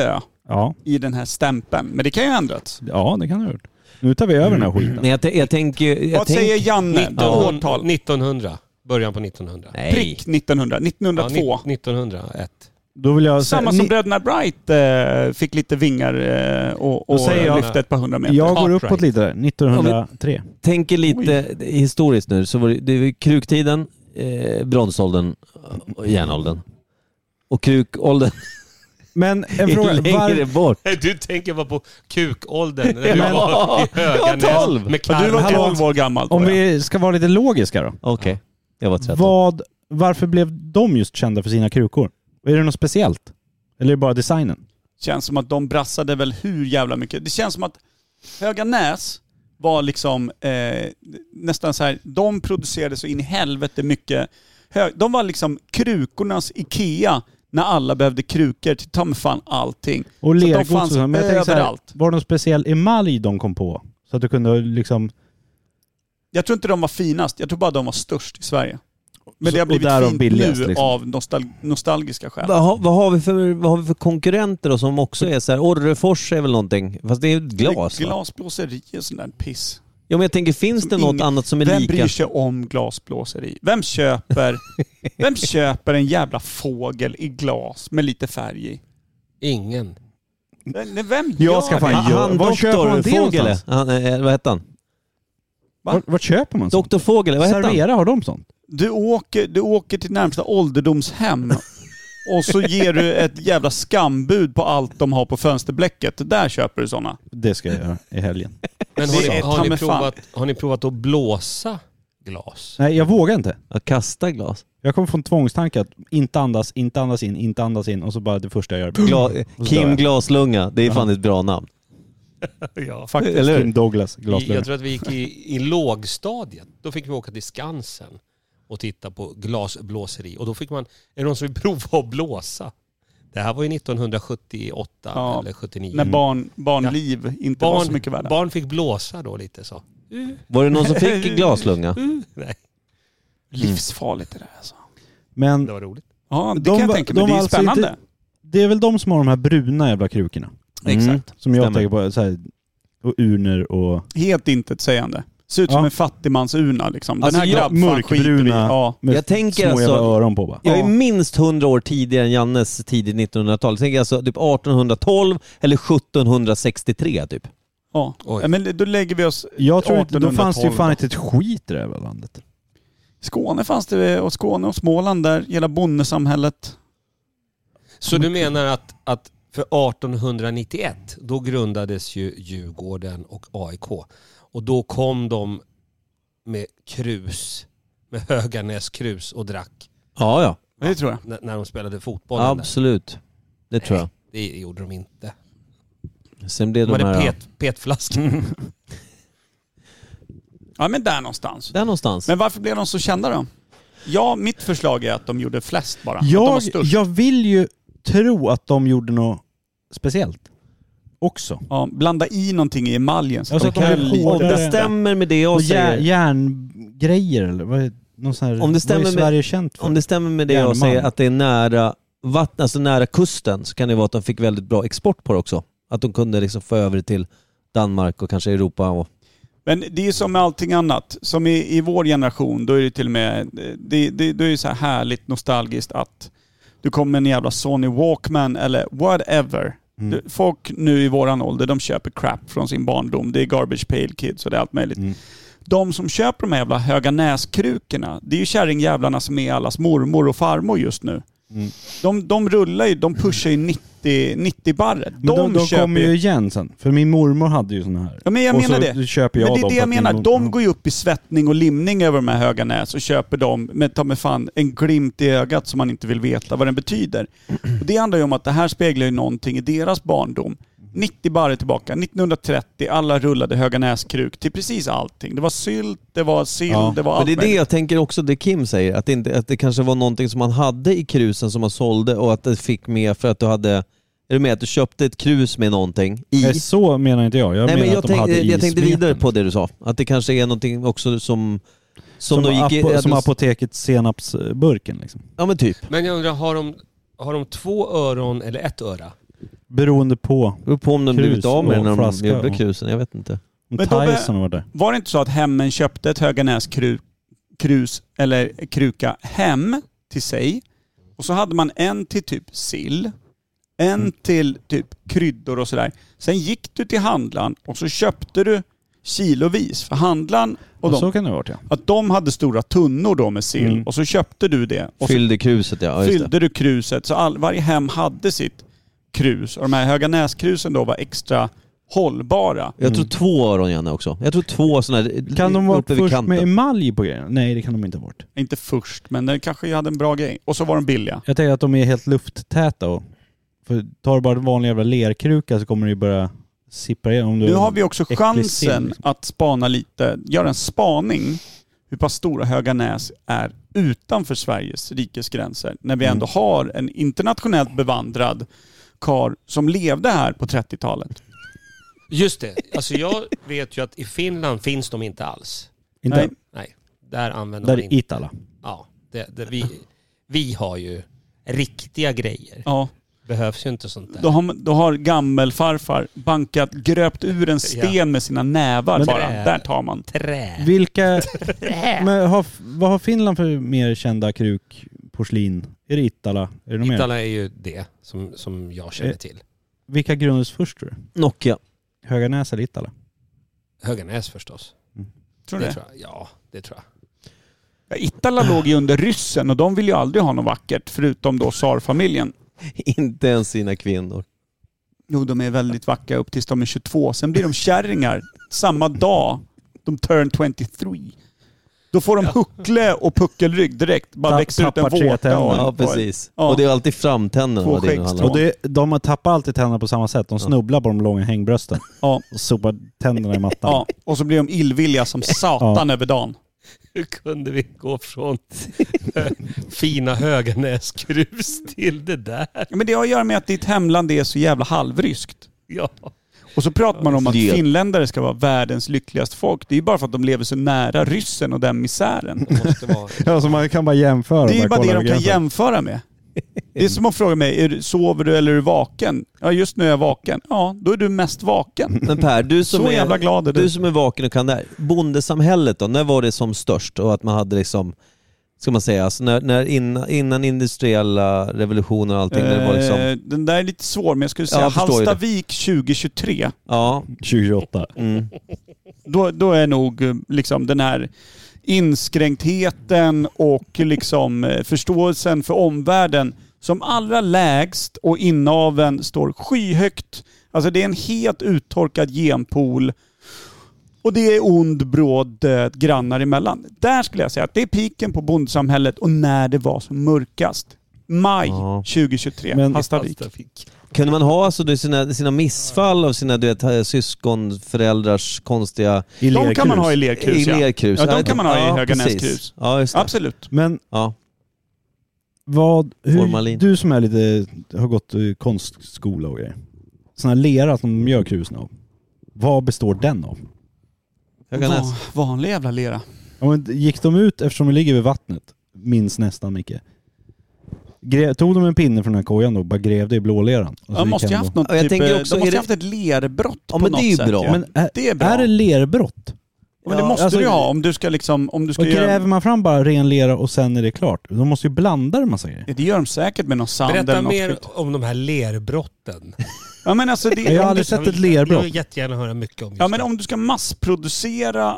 i den här stämpeln. Men det kan ju ha ändrats. Ja, det kan det ha gjort. Nu tar vi över den här skiten. Men jag tänker... Vad säger Janne? 1900. Början på 1900. Nej. Prick 1900. 1902. Ja, 1901. Då vill jag samma som Bröderna Bright fick lite vingar och lyfte ett par 100 meter. Jag går uppåt lite där. 1903. Tänker lite historiskt nu. Så var det var kruktiden, bronsåldern och järnåldern. Och krukolden. Men en fråga, längre bort. Du tänker bara på kukåldern. När du var i Höganäs. Jag var 12. Du var 12 år gammal. Om vi ska vara lite logiska då. Okej. Jag var 13. Varför blev de just kända för sina krukor? Är det något speciellt? Eller är det bara designen? Känns som att de brassade väl hur jävla mycket. Det känns som att Höganäs var liksom nästan så här. De producerade så in i helvete mycket. De var liksom krukornas Ikea när alla behövde krukor till ta med fan allting. Och så de fanns överallt. Var det någon speciell emalj de kom på? Så att du kunde liksom... Jag tror inte de var finast. Jag tror bara de var störst i Sverige. Men det har blivit fint billigast, nu liksom. av nostalgiska skäl. Vad har vi för konkurrenter då som också är så här? Orrefors är väl någonting? Fast det är glas. Glasblåseri och sån där piss. Ja, men jag tänker, finns det något annat som är vem lika? Vem bryr sig om glasblåseri? Vem köper en jävla fågel i glas med lite färg i? Ingen. Nej, vem jag ska fan göra? Vad köper man det någonstans? Vad heter han? Vad köper man sånt? Dr. Fågel, vad heter han? Servera, har de sånt? Du åker till närmsta ålderdomshem och så ger du ett jävla skambud på allt de har på fönsterblecket. Där köper du såna. Det ska jag göra i helgen. Men har ni provat att blåsa glas? Nej, jag vågar inte. Att kasta glas? Jag kommer få en tvångstanke att inte andas in och så bara det första jag gör. Kim Glaslunga, det är fan ett bra namn. Ja, faktiskt. Eller Kim Douglas Glaslunga. Jag tror att vi gick i lågstadiet. Då fick vi åka till Skansen och titta på glasblåseri. Och då fick man, är det någon som vill prova att blåsa? Det här var ju 1978 eller 79. När barnliv inte var så mycket värda. Barn fick blåsa då lite så. Var det någon som fick glaslunga? Nej. Livsfarligt det där alltså. Men det var roligt. Ja, det kan jag tänka mig. Det är spännande. Inte, det är väl de som har de här bruna jävla krukorna. Exakt. Som jag tänker på, så här, och urner och... Helt intetsägande. Ser ut som en fattigmansurna liksom. Alltså, den här mörkbruna med jag tänker små alltså, öron på bara. Jag är minst 100 år tidigare än Jannes tidigt 1900-tal. Jag tänker alltså typ 1812 eller 1763 typ. Ja, men då lägger vi oss... Jag tror inte, då fanns det ju fan inte ett skit i det här landet. Skåne fanns det, och Skåne och Småland där, hela bondesamhället. Så du menar att för 1891, då grundades ju Djurgården och AIK. Och då kom de med krus, med Höganäs krus och drack. Ja. Det tror jag. När de spelade fotboll. Absolut. Det tror jag. Det gjorde de inte. Sen blev de hade petflaskor. Ja, men där någonstans. Men varför blev de så kända då? Ja, mitt förslag är att de gjorde flest bara. Jag vill ju tro att de gjorde något speciellt också. Ja, blanda i någonting i emaljen. Så alltså om det stämmer med det jag säger. Järngrejer eller vad, någon sån här, om det stämmer med Sverige känt för. Om det stämmer med det jag säger, att det är nära vatten, alltså nära kusten, så kan det vara att de fick väldigt bra export på det också. Att de kunde liksom få över det till Danmark och kanske Europa. Och... Men det är som med allting annat. Som i vår generation, då är det till och med... Det är ju så här härligt nostalgiskt att du kommer med en jävla Sony Walkman eller whatever. Folk nu i våran ålder, de köper crap från sin barndom. Det är Garbage Pail Kids och det är allt möjligt. De som köper de här jävla höga näskrukorna, det är ju kärringjävlarna som är allas mormor och farmor just nu. De rullar ju, de pushar ju 90 barret. De kommer ju igen sen. För min mormor hade ju såna här. Ja, men jag menar det. Köper jag men det är det jag menar. De går ju upp i svettning och limning över de här höga näs och köper dem med ta med fan en glimt i ögat som man inte vill veta vad den betyder. Och det handlar ju om att det här speglar ju någonting i deras barndom. 90 barre tillbaka. 1930, alla rullade höga näskruk till precis allting. Det var sylt, det var sill, det var allt. Men det är det jag tänker också, det Kim säger. Att det kanske var någonting som man hade i krusen som man sålde och att det fick med för att du hade... Är du med att du köpte ett krus med någonting i? Nej, så menar inte jag. Jag tänkte vidare på det du sa. Att det kanske är någonting också som som apotekets senapsburken liksom. Ja men typ. Men jag undrar, har de 2 öron eller 1 öra? Beroende på om de blivit av med när de gjorde krusen, jag vet inte. Men var det inte så att hemmen köpte ett Höganäs krus eller kruka hem till sig och så hade man en till typ sill, en till typ kryddor och sådär. Sen gick du till handlaren och så köpte du kilovis för handlaren och så kan det vara, att de hade stora tunnor då med sill och så köpte du det. Och fyllde kruset, ja. Fyllde du kruset så varje hem hade sitt krus och de här Höganäskrusen då var extra hållbara. Jag tror 2 öron, Janne, också. Jag tror 2 sådana här. Kan de vara först med emalj på grejerna? Nej, det kan de inte ha varit. Inte först, men det kanske hade en bra grej. Och så var de billiga. Jag tänker att de är helt lufttäta. För tar du bara en vanlig jävla lerkruka så kommer det ju börja sippra igenom. Nu har vi också chansen att spana lite, göra en spaning hur pass stora Höganäs är utanför Sveriges rikes gränser. När vi ändå har en internationellt bevandrad karl som levde här på 30-talet. Just det. Alltså jag vet ju att i Finland finns de inte alls. Inte? Nej. Där använder man inte. Där Itala. Ja. Vi har ju riktiga grejer. Ja. Behövs ju inte sånt där. Då har gammelfarfar gröpt ur en sten med sina nävar. Men bara. Där tar man. Trä. Vilka... Men vad har Finland för mer kända kruk, porslin? Är det Itala? Är det Itala är ju det som jag känner till. Vilka grundades först, tror du? Nokia. Höganäs eller Itala? Höganäs förstås. Tror du det? Tror jag. Ja, det tror jag. Ja, Itala låg ju under ryssen och de vill ju aldrig ha något vackert förutom då Tsar-familjen. Inte ens sina kvinnor. Jo, de är väldigt vackra upp tills de är 22. Sen blir de kärringar samma dag de turn 23. Då får de huckle och puckelrygg direkt. Bara växer ut en vårta. Ja, precis. Ja. Och det är alltid framtänderna. Och de tappar alltid tänderna på samma sätt. De snubblar på de långa hängbrösten. Ja. Och sopar tänderna i mattan. Ja, och så blir de illvilliga som satan över dagen. Hur kunde vi gå från fina Höganäskrus till det där? Men det har att göra med att ditt hemland är så jävla halvryskt. Ja. Och så pratar man om att finländare ska vara världens lyckligaste folk. Det är ju bara för att de lever så nära ryssen och den misären. Ja, så man kan bara jämföra. Det är bara det de kan jämföra med. Det är som att fråga mig, sover du eller är du vaken? Ja, just nu är jag vaken. Ja, då är du mest vaken. Men Per, du som så jävla glad är du som är vaken och kan det här. Bondesamhället då, när var det som störst? Och att man hade liksom, ska man säga, alltså när innan industriella revolutionen och allting. Det var liksom... Den där är lite svår, men jag skulle säga Hallstavik 2023. Ja. 2028. Då är nog liksom den här inskränktheten och liksom förståelsen för omvärlden som allra lägst och inaveln står skyhögt. Alltså det är en helt uttorkad genpool och det är ond bråd grannar emellan. Där skulle jag säga att det är piken på bondsamhället och när det var som mörkast. Maj 2023. Men Hallstavik. Kunde man ha alltså sina missfall av sina syskonföräldrars konstiga... De kan man ha i lerkrus. Ja, de kan man ha i Höganäskrus. Ja, just det. Absolut. Men du som är har gått konstskola och grejer. Sån här lera som de gör krusen av. Vad består den av? Vanlig jävla lera. Ja, men gick de ut eftersom de ligger vid vattnet? Minns nästan mycket. Tog de en pinne från den här kojan då och bara grävde i blåleran? Man måste ju haft något jag tänker också, de måste haft ett lerbrott på men något det är ju sätt. bra. Ja. Men det är bra. Är det lerbrott? Men det måste du ha om du ska liksom... Om du ska gräver man fram bara ren lera och sen är det klart. De måste ju blanda en massa grejer. Det gör de säkert med någon sand eller Berätta något. mer om de här lerbrotten. Ja, men alltså det, jag har aldrig sett ett lerbrott. Jag vill jättegärna höra mycket om just Ja, men om du ska massproducera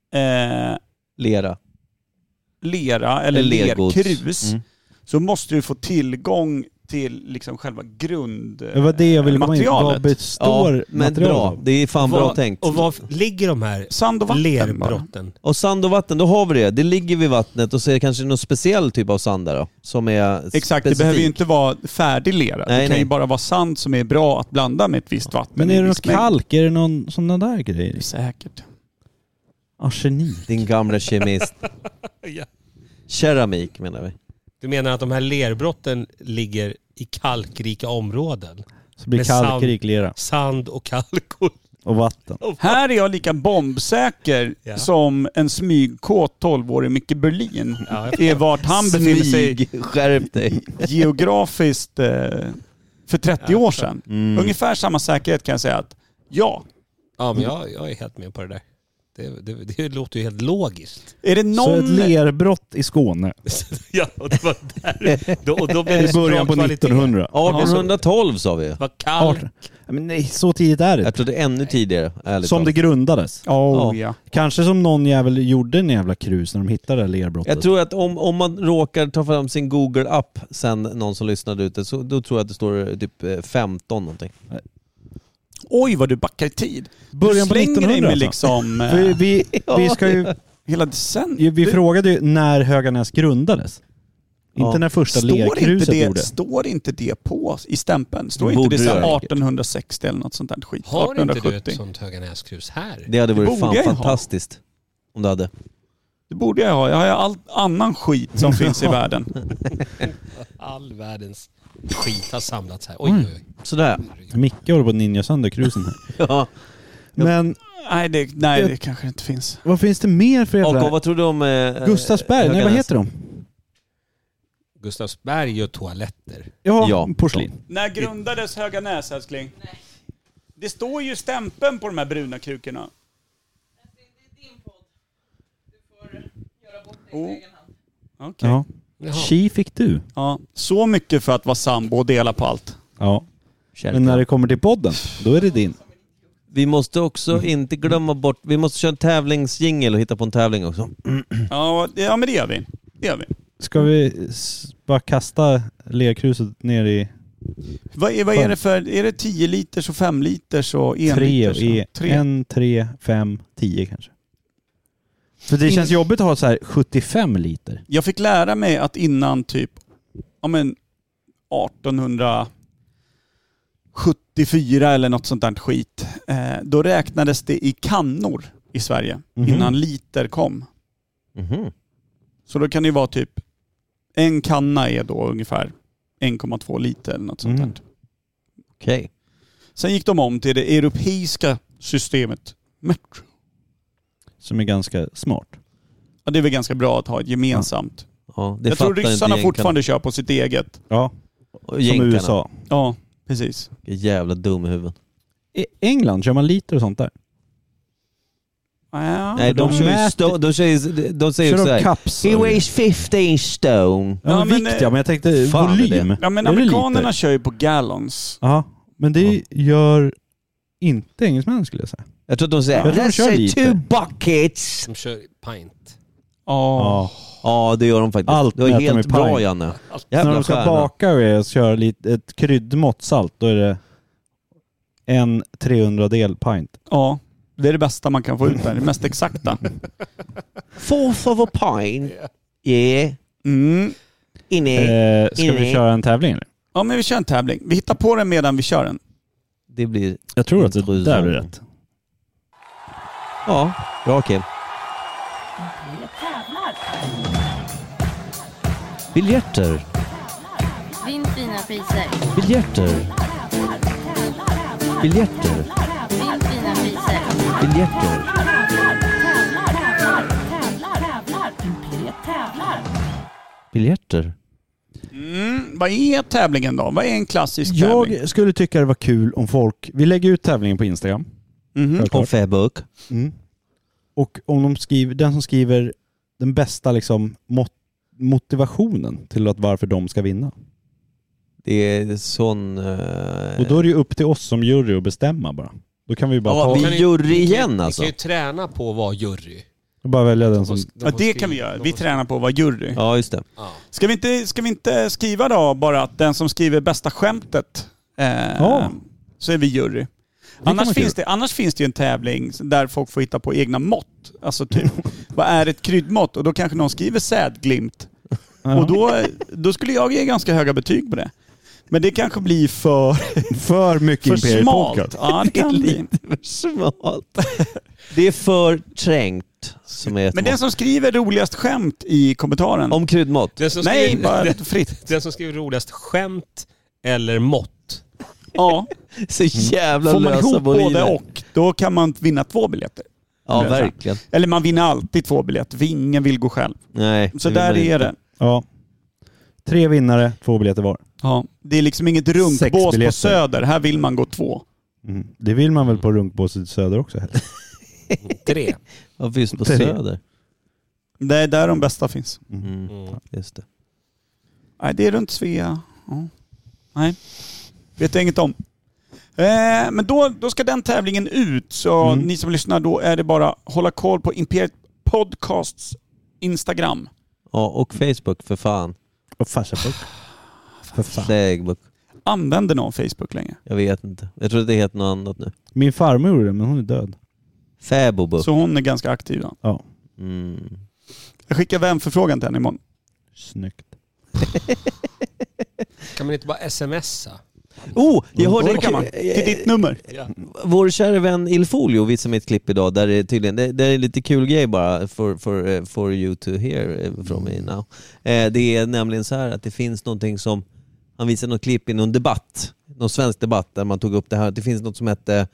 lera eller lergods. lerkrus så måste du få tillgång till liksom själva Det var det jag ville komma in. materialet. Vad består men bra. Det är fan bra tänkt. Och var ligger de här Sand och vatten lerbrotten? Och sand och vatten, då har vi det. Det ligger vid vattnet och så är det kanske någon speciell typ av sand där då, som är Exakt, specifik. det behöver ju inte vara färdig lera. Nej, det kan ju bara vara sand som är bra att blanda med ett visst vatten. Men är det något kalk? Är det någon sådana där Det grejer? är säkert. Arsenik. Din gamla kemist. Ja. Keramik menar vi. Du menar att de här lerbrotten ligger i kalkrika områden? Så blir Med kalkrik lera. Sand och kalk Och vatten. Här är jag lika bombsäker som en smygkåt 12-årig Micke Berlin. Är vart han befinner sig Skärp dig. geografiskt för 30 år sedan. Ungefär samma säkerhet kan jag säga att Ja, men jag är helt med på det där. Det låter ju helt logiskt. är det Så ett någon... lerbrott i Skåne. Ja, och det var där. Och då blev det I början på bra kvalitet. 1900. 1812 sa vi. Vad kalk. Men nej, så tidigt är det. Jag trodde ännu tidigare. ärligt Som det talat. grundades. ja. Kanske som någon jävel gjorde en jävla krus när de hittade det lerbrottet. Jag tror att om man råkar ta fram sin Google-app sen någon som lyssnade ute, så då tror jag att det står typ 15 någonting. Oj vad du backar i tid. Början på du slänger 1900 dig med alltså. liksom vi ska ju... hela decenniet. Vi frågade ju när Höganäs grundades. Inte när första lerkruset gjorde. Står inte det på i stämpeln? Står Borde inte det så här göra. 1860 eller något sånt där skit? Har 1870. inte du ett sånt Höganäskrus här? Det hade varit borde fan jag ha. fantastiskt om du hade. Det borde jag ha. Jag har ju all annan skit som finns i världen. All världens skit har samlats här. Oj. Sådär. Micke håller på att ninja sönder krusen här. Ja. Men Nej, det kanske inte finns. vad finns det mer för jävla... Och vad tror du om Gustavsberg? Nej, vad Höganäs? heter de? Gustavsberg gör toaletter. Ja, porslin. När grundades Höganäs, älskling? Nej. Det står ju stämpeln på de här bruna krukorna. Det är din podd. Du får göra bort dig på egen hand. Okej. Ja. Tji fick du. Ja. Så mycket för att vara sambo och dela på allt. Ja. Men när det kommer till podden, då är det din. Vi måste också inte glömma bort, vi måste köra en tävlingsjingel och hitta på en tävling också. Ja, men det gör vi. Ska vi bara kasta lerkruset ner i Vad är det för... Är det 10 liters och 5 liters och 1 liters? 1, 3, 5, 10 kanske. För det känns jobbigt att ha så här 75 liter. Jag fick lära mig att innan typ 1874 eller något sånt där skit, då räknades det i kannor i Sverige innan liter kom. Så då kan det ju vara typ en kanna är då ungefär 1,2 liter eller något sånt där. Okej. Sen gick de om till det europeiska systemet Metro. Som är ganska smart. Ja, det är väl ganska bra att ha ett gemensamt. Ja, det Jag tror fattar inte ryssarna jänkarna. fortfarande kör på sitt eget. Ja, Och som jänkarna. USA. Ja, precis. Jävla dum i huvudet. I England kör man liter och sånt där. Ja. Nej, de säger Kör så de här. caps? He weighs 15 stone. Ja, men vikt ja, men jag tänkte fan är volym. det? Ja, men Är det amerikanerna liter? kör ju på gallons. Ja, men det gör inte engelsmän skulle jag säga. Jag tror att de säger Jag tror de let's kör say liter. 2 buckets. De kör pint. Ja. Ja, det gör de faktiskt. Allt det var mäter helt med bra, pint. Janne. När Jävla de ska stjärna. baka och köra lite, ett kryddmått salt, då är det 1/300 pint. Ja. Det är det bästa man kan få ut där. Det mest exakta. Fourth of a pint. Yeah. Mm. Inne. Ska vi köra en tävling eller? Ja, men vi kör en tävling. Vi hittar på den medan vi kör den. Det blir... Jag tror att det där blir rätt. Ja, bra Kim. Biljetter. Vinn fina priser. Biljetter. Biljetter. Vinn fina priser. Biljetter. Biljetter. vad är tävlingen då? Vad är en klassisk tävling? Jag skulle tycka det var kul om folk... Vi lägger ut tävlingen på Instagram. Och Facebook. Och om den som skriver den bästa liksom, motivationen till att varför de ska vinna. Det är sån... Och då är det ju upp till oss som jury att bestämma bara. Då kan vi bara vi jury igen alltså. Vi kan ju träna på att vara jury. Och bara välja den som... Ja, det kan vi göra. Vi tränar på att vara jury. Ja, just det. Ska vi inte skriva då bara att den som skriver bästa skämtet så är vi jury. Annars finns det ju en tävling där folk får hitta på egna mått. Alltså typ, vad är ett kryddmått? Och då kanske någon skriver sädglimt. Och då skulle jag ge ganska höga betyg på det. Men det kanske blir för mycket för smalt. Ja, det kan bli. För smalt. Det är för trängt. Men den som skriver roligast skämt i kommentaren. Om kryddmått? Nej, bara fritt. Den som skriver roligast skämt eller mått. Ja. Så jävla får man lösa ihop boliner. både och, då kan man vinna 2 biljetter. Ja, verkligen. Eller man vinner alltid 2 biljetter, för ingen vill gå själv. Nej. Så där är det. Ja. 3 vinnare, 2 biljetter var. Ja. Det är liksom inget runkbås på Söder. Här vill man gå 2. Det vill man väl på runkbåset Söder också? 3. Varför just på Söder? Det är där de bästa finns. Just det. Nej, det är runt Svea. Ja. Nej, vet jag inget om. Men då ska den tävlingen ut. Så ni som lyssnar, då är det bara hålla koll på Imperiet Podcasts Instagram. Ja, och Facebook för fan. Och Facebook. För fan. Använder någon Facebook längre? Jag vet inte. Jag tror att det heter något annat nu. Min farmor gjorde det, men hon är död. Fäbobo. Så hon är ganska aktiv då? Ja. Jag skickar vänförfrågan till henne imorgon. Snyggt. Kan man inte bara smsa? Jag hörde kan man. Till ditt nummer. Ja. Vår kära vän Ilfolio visade mig ett klipp idag där det tydligen det är lite kul grej bara for you to hear from me now. Det är nämligen så här att det finns någonting som han visade något klipp i någon debatt, någon svensk debatt där man tog upp det här. Det finns något som heter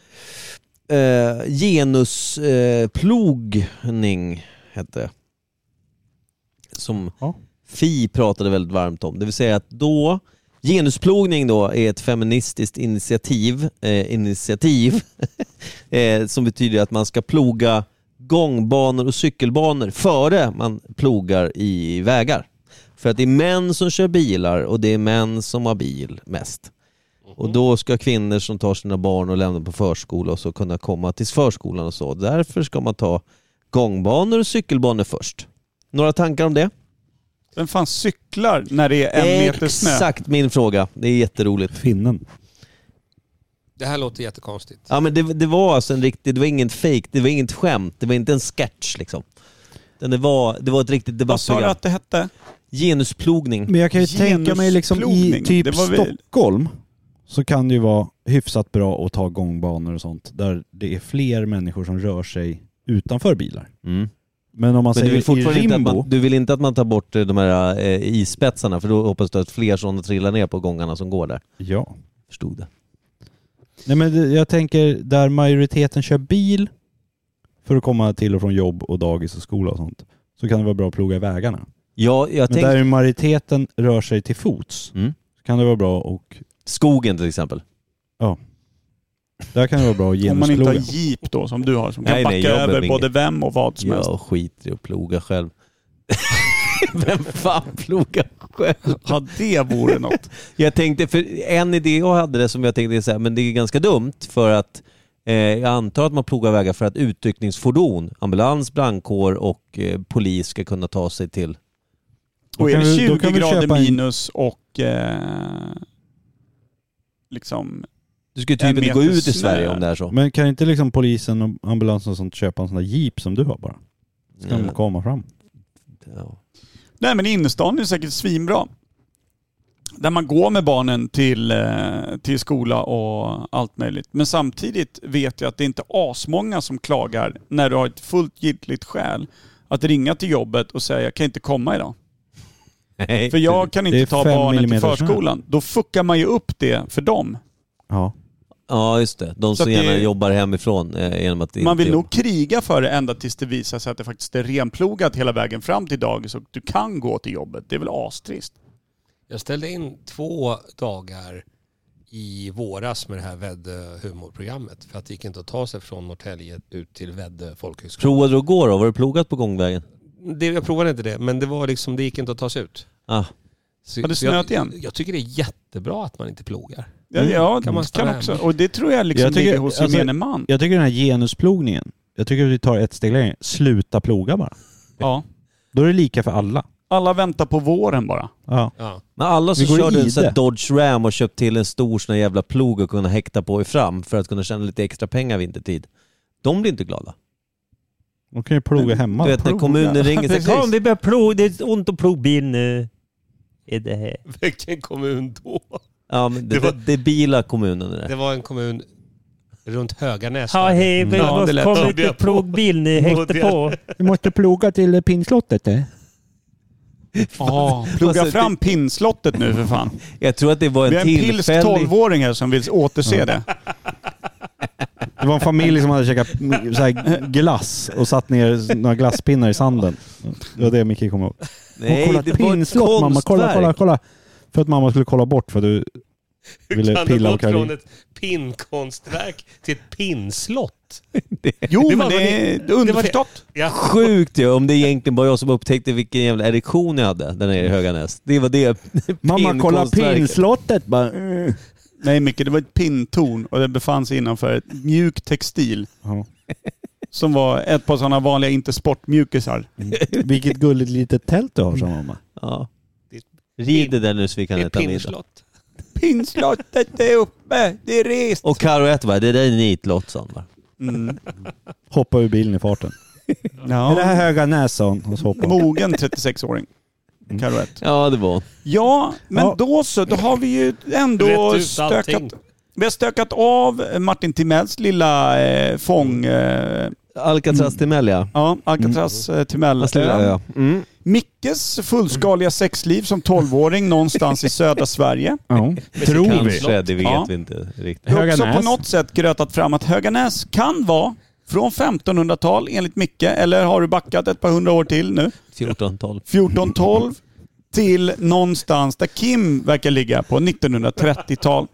genusplogning hette det. Som Fi pratade väldigt varmt om. Det vill säga att då genusplogning då är ett feministiskt initiativ som betyder att man ska ploga gångbanor och cykelbanor före man plogar i vägar. För att det är män som kör bilar och det är män som har bil mest. Och då ska kvinnor som tar sina barn och lämnar på förskola och så kunna komma till förskolan och så. Därför ska man ta gångbanor och cykelbanor först. Några tankar om det? Vem fan cyklar när det är 1 meter snö? Exakt min fråga. Det är jätteroligt. Finnen. Det här låter jättekonstigt. Ja, men det var alltså det var ingen fake, det var inget skämt, det var inte en sketch liksom. Det var ett riktigt debattprogram. Vad sa du att det hette? Genusplogning. Men jag kan ju tänka mig liksom i typ Stockholm så kan det ju vara hyfsat bra att ta gångbanor och sånt där det är fler människor som rör sig utanför bilar. Men om man säger du vill fortfarande i Rimbo... du vill inte att man tar bort de här isspetsarna, för då hoppas du att fler sådana trillar ner på gångarna som går där. Ja. Förstod det. Nej, men jag tänker där majoriteten kör bil för att komma till och från jobb och dagis och skola och sånt, så kan det vara bra att ploga i vägarna. Ja, men där majoriteten rör sig till fots så kan det vara bra och... Skogen till exempel. Ja. Där kan det vara bra att genusploga. Om man inte har jeep då som du har som kan backa över både vem och vad som helst. Jag skiter i att ploga själv. Vem fan plogar själv? Ja, det vore något. Jag tänkte, för en idé jag hade det som jag tänkte så här, men det är ganska dumt för att jag antar att man plogar vägar för att utryckningsfordon, ambulans, brandkår och polis ska kunna ta sig till. Och är det 20 grader minus och liksom... Du skulle typ inte gå ut i Sverige om det är så. Men kan inte liksom polisen och ambulansen och sånt köpa en sån där jeep som du har bara? Ska de komma fram? Ja. Nej, men innerstan är säkert svinbra. Där man går med barnen till skola och allt möjligt. Men samtidigt vet jag att det inte är asmånga som klagar när du har ett fullt giltigt skäl att ringa till jobbet och säga jag kan inte komma idag. Nej, för jag kan inte ta barnen till förskolan. Då fuckar man ju upp det för dem. Ja. Ja, just det. De som gärna jobbar hemifrån genom att man vill nog kriga för det ända tills det visar sig att det faktiskt är renplogat hela vägen fram till dagis och du kan gå till jobbet. Det är väl astrist. Jag ställde in 2 dagar i våras med det här Väddö humorprogrammet. För att det gick inte att ta sig från Norrtälje ut till Väddö folkhögskola. Provade du att gå då? Var du plogat på gångvägen? Jag provade inte det, men det var liksom, det gick inte att ta sig ut. Har det snöat igen? Jag tycker det är jättebra att man inte plogar. Ja, kan också. Och det tror jag liksom ligger hos gemene man. Jag tycker den här genusplogningen, jag tycker att vi tar ett steg längre. Sluta ploga bara. Ja. Då är det lika för alla. Alla väntar på våren bara. Ja. Men alla som körde en sån Dodge Ram och köpt till en stor sån jävla plog och kunna häkta på i fram för att kunna tjäna lite extra pengar vintertid. De blir inte glada. De kan ju ploga hemma. Du vet när kommunen ringer sig, kom vi börjar ploga, det är ont att plogbil nu. Är det här? Vilken kommun då? Ja, men det är Bila kommunen. Det var en kommun runt Höganäs. Ja, hej, vi måste komma ut till plogbil ni häkte på. Vi måste ploga till Pinnslottet. Ploga fram Pinnslottet nu för fan. Jag tror att det var en tillfällig... Vi har en pilsk 12-åring här som vill återse det. Det var en familj som hade käkat så här glass och satt ner några glasspinnar i sanden. Det var det Micke kom ihåg. Nej, kolla, det var ett konstverk. Mamma, kolla. För att mamma skulle kolla bort för att du ville pilla och från ett pinnkonstverk till ett pinnslott. Jo, men det är underförstått. Ja. Sjukt ju, om det egentligen bara jag som upptäckte vilken jävla erektion jag hade där nere i Höganäs. Det var det. Mamma, kolla pinnslottet bara. Nej Micke, det var ett pinntorn och det befann sig innanför ett mjuk textil. Som var ett par sådana vanliga inte sportmjukisar. Vilket gulligt litet tält du har, sa mamma. Ja. Riv det där nu så vi kan äta middag. Pinnslottet är uppe, det är rest. Och Karo äter bara, det där är nitlott, sa han. Hoppa ur bilen i farten. Ja. Är det här Höganäs, sa hon. Mogen 36-åring. Karo 1. Ja, det var. Ja, men då så, då har vi ju ändå stökat av Martin Timells lilla fång... Alcatraz Timell, ja. Ja, Alcatraz Timell. Ja. Mickes fullskaliga sexliv som 12-åring någonstans i södra Sverige. Ja, tror vi. Kanske, det vet vi inte riktigt. Vi har också på något sätt grötat fram att Höganäs kan vara från 1500-tal enligt Micke, eller har du backat ett par 100 år till nu? 1412 till någonstans där Kim verkar ligga på 1930-tal.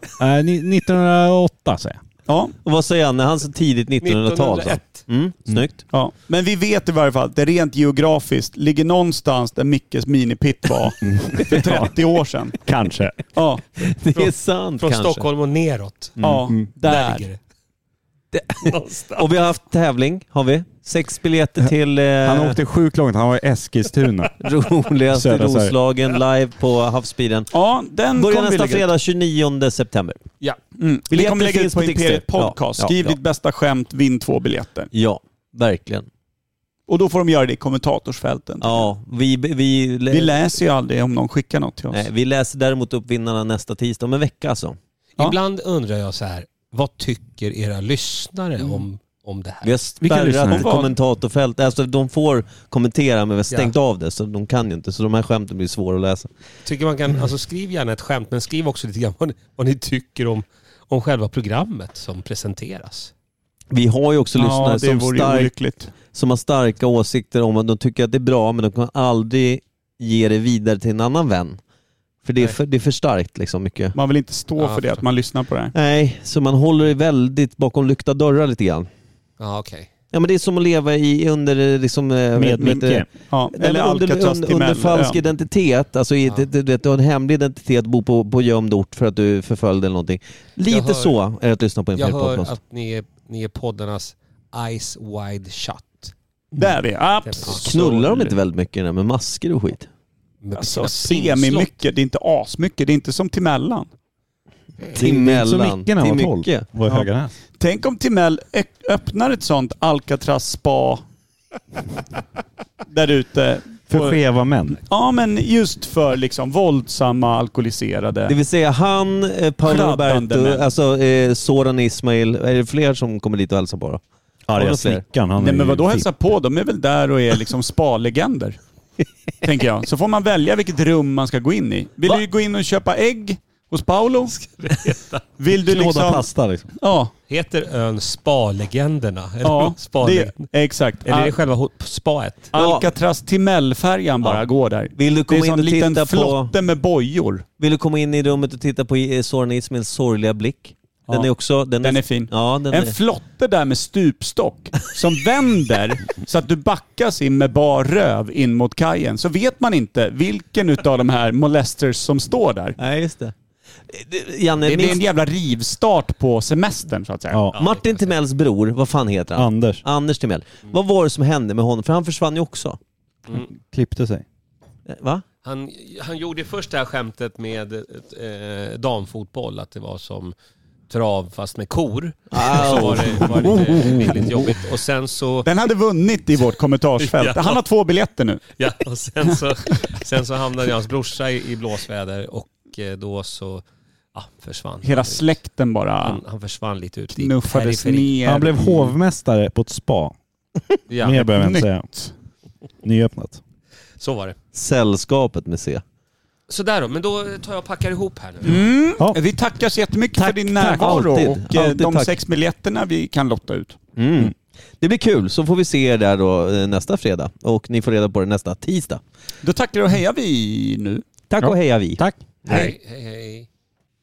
1908 säger jag. Ja. Och vad säger han? När han så tidigt 1900-tal? 1901. Snyggt. Ja. Men vi vet i varje fall att det rent geografiskt ligger någonstans där Mickes minipit var för 30 år sedan. Kanske. Ja. Det är sant. Från kanske. Stockholm och neråt. Ja, Där ligger det. Och vi har haft tävling, har vi. 6 biljetter till... Han åkte sjukt långt, han var i Eskilstuna. Roligaste Roslagen live på Havsbilen. Ja, den börjar nästa fredag 29 september. Ja. Vi kommer lägga ut på Imperiet Podcast. Skriv ditt bästa skämt, vinn 2 biljetter. Ja, verkligen. Och då får de göra det i kommentatorsfälten. Ja, vi läser ju aldrig om någon skickar något till oss. Nej, vi läser däremot upp vinnarna nästa tisdag om en vecka alltså. Ja. Ibland undrar jag så här, vad tycker era lyssnare om det här? Vi har spärrat kommentatorfält. Alltså de får kommentera men vi har stängt av det så de kan ju inte. Så de här skämten blir svåra att läsa. Tycker man kan, alltså skriv gärna ett skämt men skriv också lite grann vad ni tycker om själva programmet som presenteras. Vi har ju också lyssnare som har starka åsikter om att de tycker att det är bra men de kan aldrig ge det vidare till en annan vän. För det är för starkt liksom mycket. Man vill inte stå för det, att man lyssnar på det. Nej, så man håller det väldigt bakom lyckta dörrar lite grann. Ja, okej. Ja, men det är som att leva under liksom... Med Micke. Ja, eller under falsk identitet. Alltså du har en hemlig identitet, bo på gömd ort för att du är förföljd eller någonting. Lite så är det att lyssna på en podcast. Jag hör att ni är poddarnas eyes wide shut. Det är det, absolut. Knullar de inte väldigt mycket med masker och skit? Alltså semi-mycket, det är inte asmycket, det är inte som Timellan. Timellan. Till mycket. Ja. Tänk om Timell öppnar ett sånt Alcatraz spa där ute. För skeva män. Ja, men just för liksom våldsamma, alkoholiserade. Det vill säga han, Paolo Roberto, alltså Soran Ismail. Är det fler som kommer dit och hälsar på då? Arga slickan. Nej, men vadå hälsa på? De är väl där och är liksom spa-legender. Tänker jag. Så får man välja vilket rum man ska gå in i. Vill du gå in och köpa ägg Hos Paolo? Vill du liksom... pasta liksom. Ja. Heter ön Spa-legenderna? Ja, exakt. Eller är det själva spaet? Alcatraz Timell-färjan bara går där. Vill du komma in och titta på... liten flotte med bojor. Vill du komma in i rummet och titta på Soran Ismails sorgliga blick? Den är också... Den är fin. Ja, en flotte där med stupstock som vänder så att du backas in med bar röv in mot kajen. Så vet man inte vilken utav de här molesters som står där. Nej, just det. Janne, det är en jävla rivstart på semestern så att säga. Ja. Martin Timells bror, vad fan heter han? Anders Timell. Vad var det som hände med honom? För han försvann ju också. Klippte sig. Va? Han gjorde först det här skämtet med damfotboll, att det var som trav fast med kor. Och så var det lite jobbigt. Och sen så... Den hade vunnit i vårt kommentarsfält. Han har 2 biljetter nu. Ja, och sen så hamnade hans brorsa i blåsväder och då så försvann. Hela släkten bara... Han försvann lite ut. Knuffades ner. Han blev hovmästare på ett spa. Ja. Mer behöver jag inte säga. Nyöppnat. Så var det. Sällskapet med C. Så där då, men då tar jag och packar ihop här nu. Vi tackar så jättemycket för din närvaro och de 6 biljetterna vi kan lotta ut. Det blir kul, så får vi se er där då nästa fredag. Och ni får reda på det nästa tisdag. Då tackar och hejar vi nu. Tack och heja vi. Tack. Hej.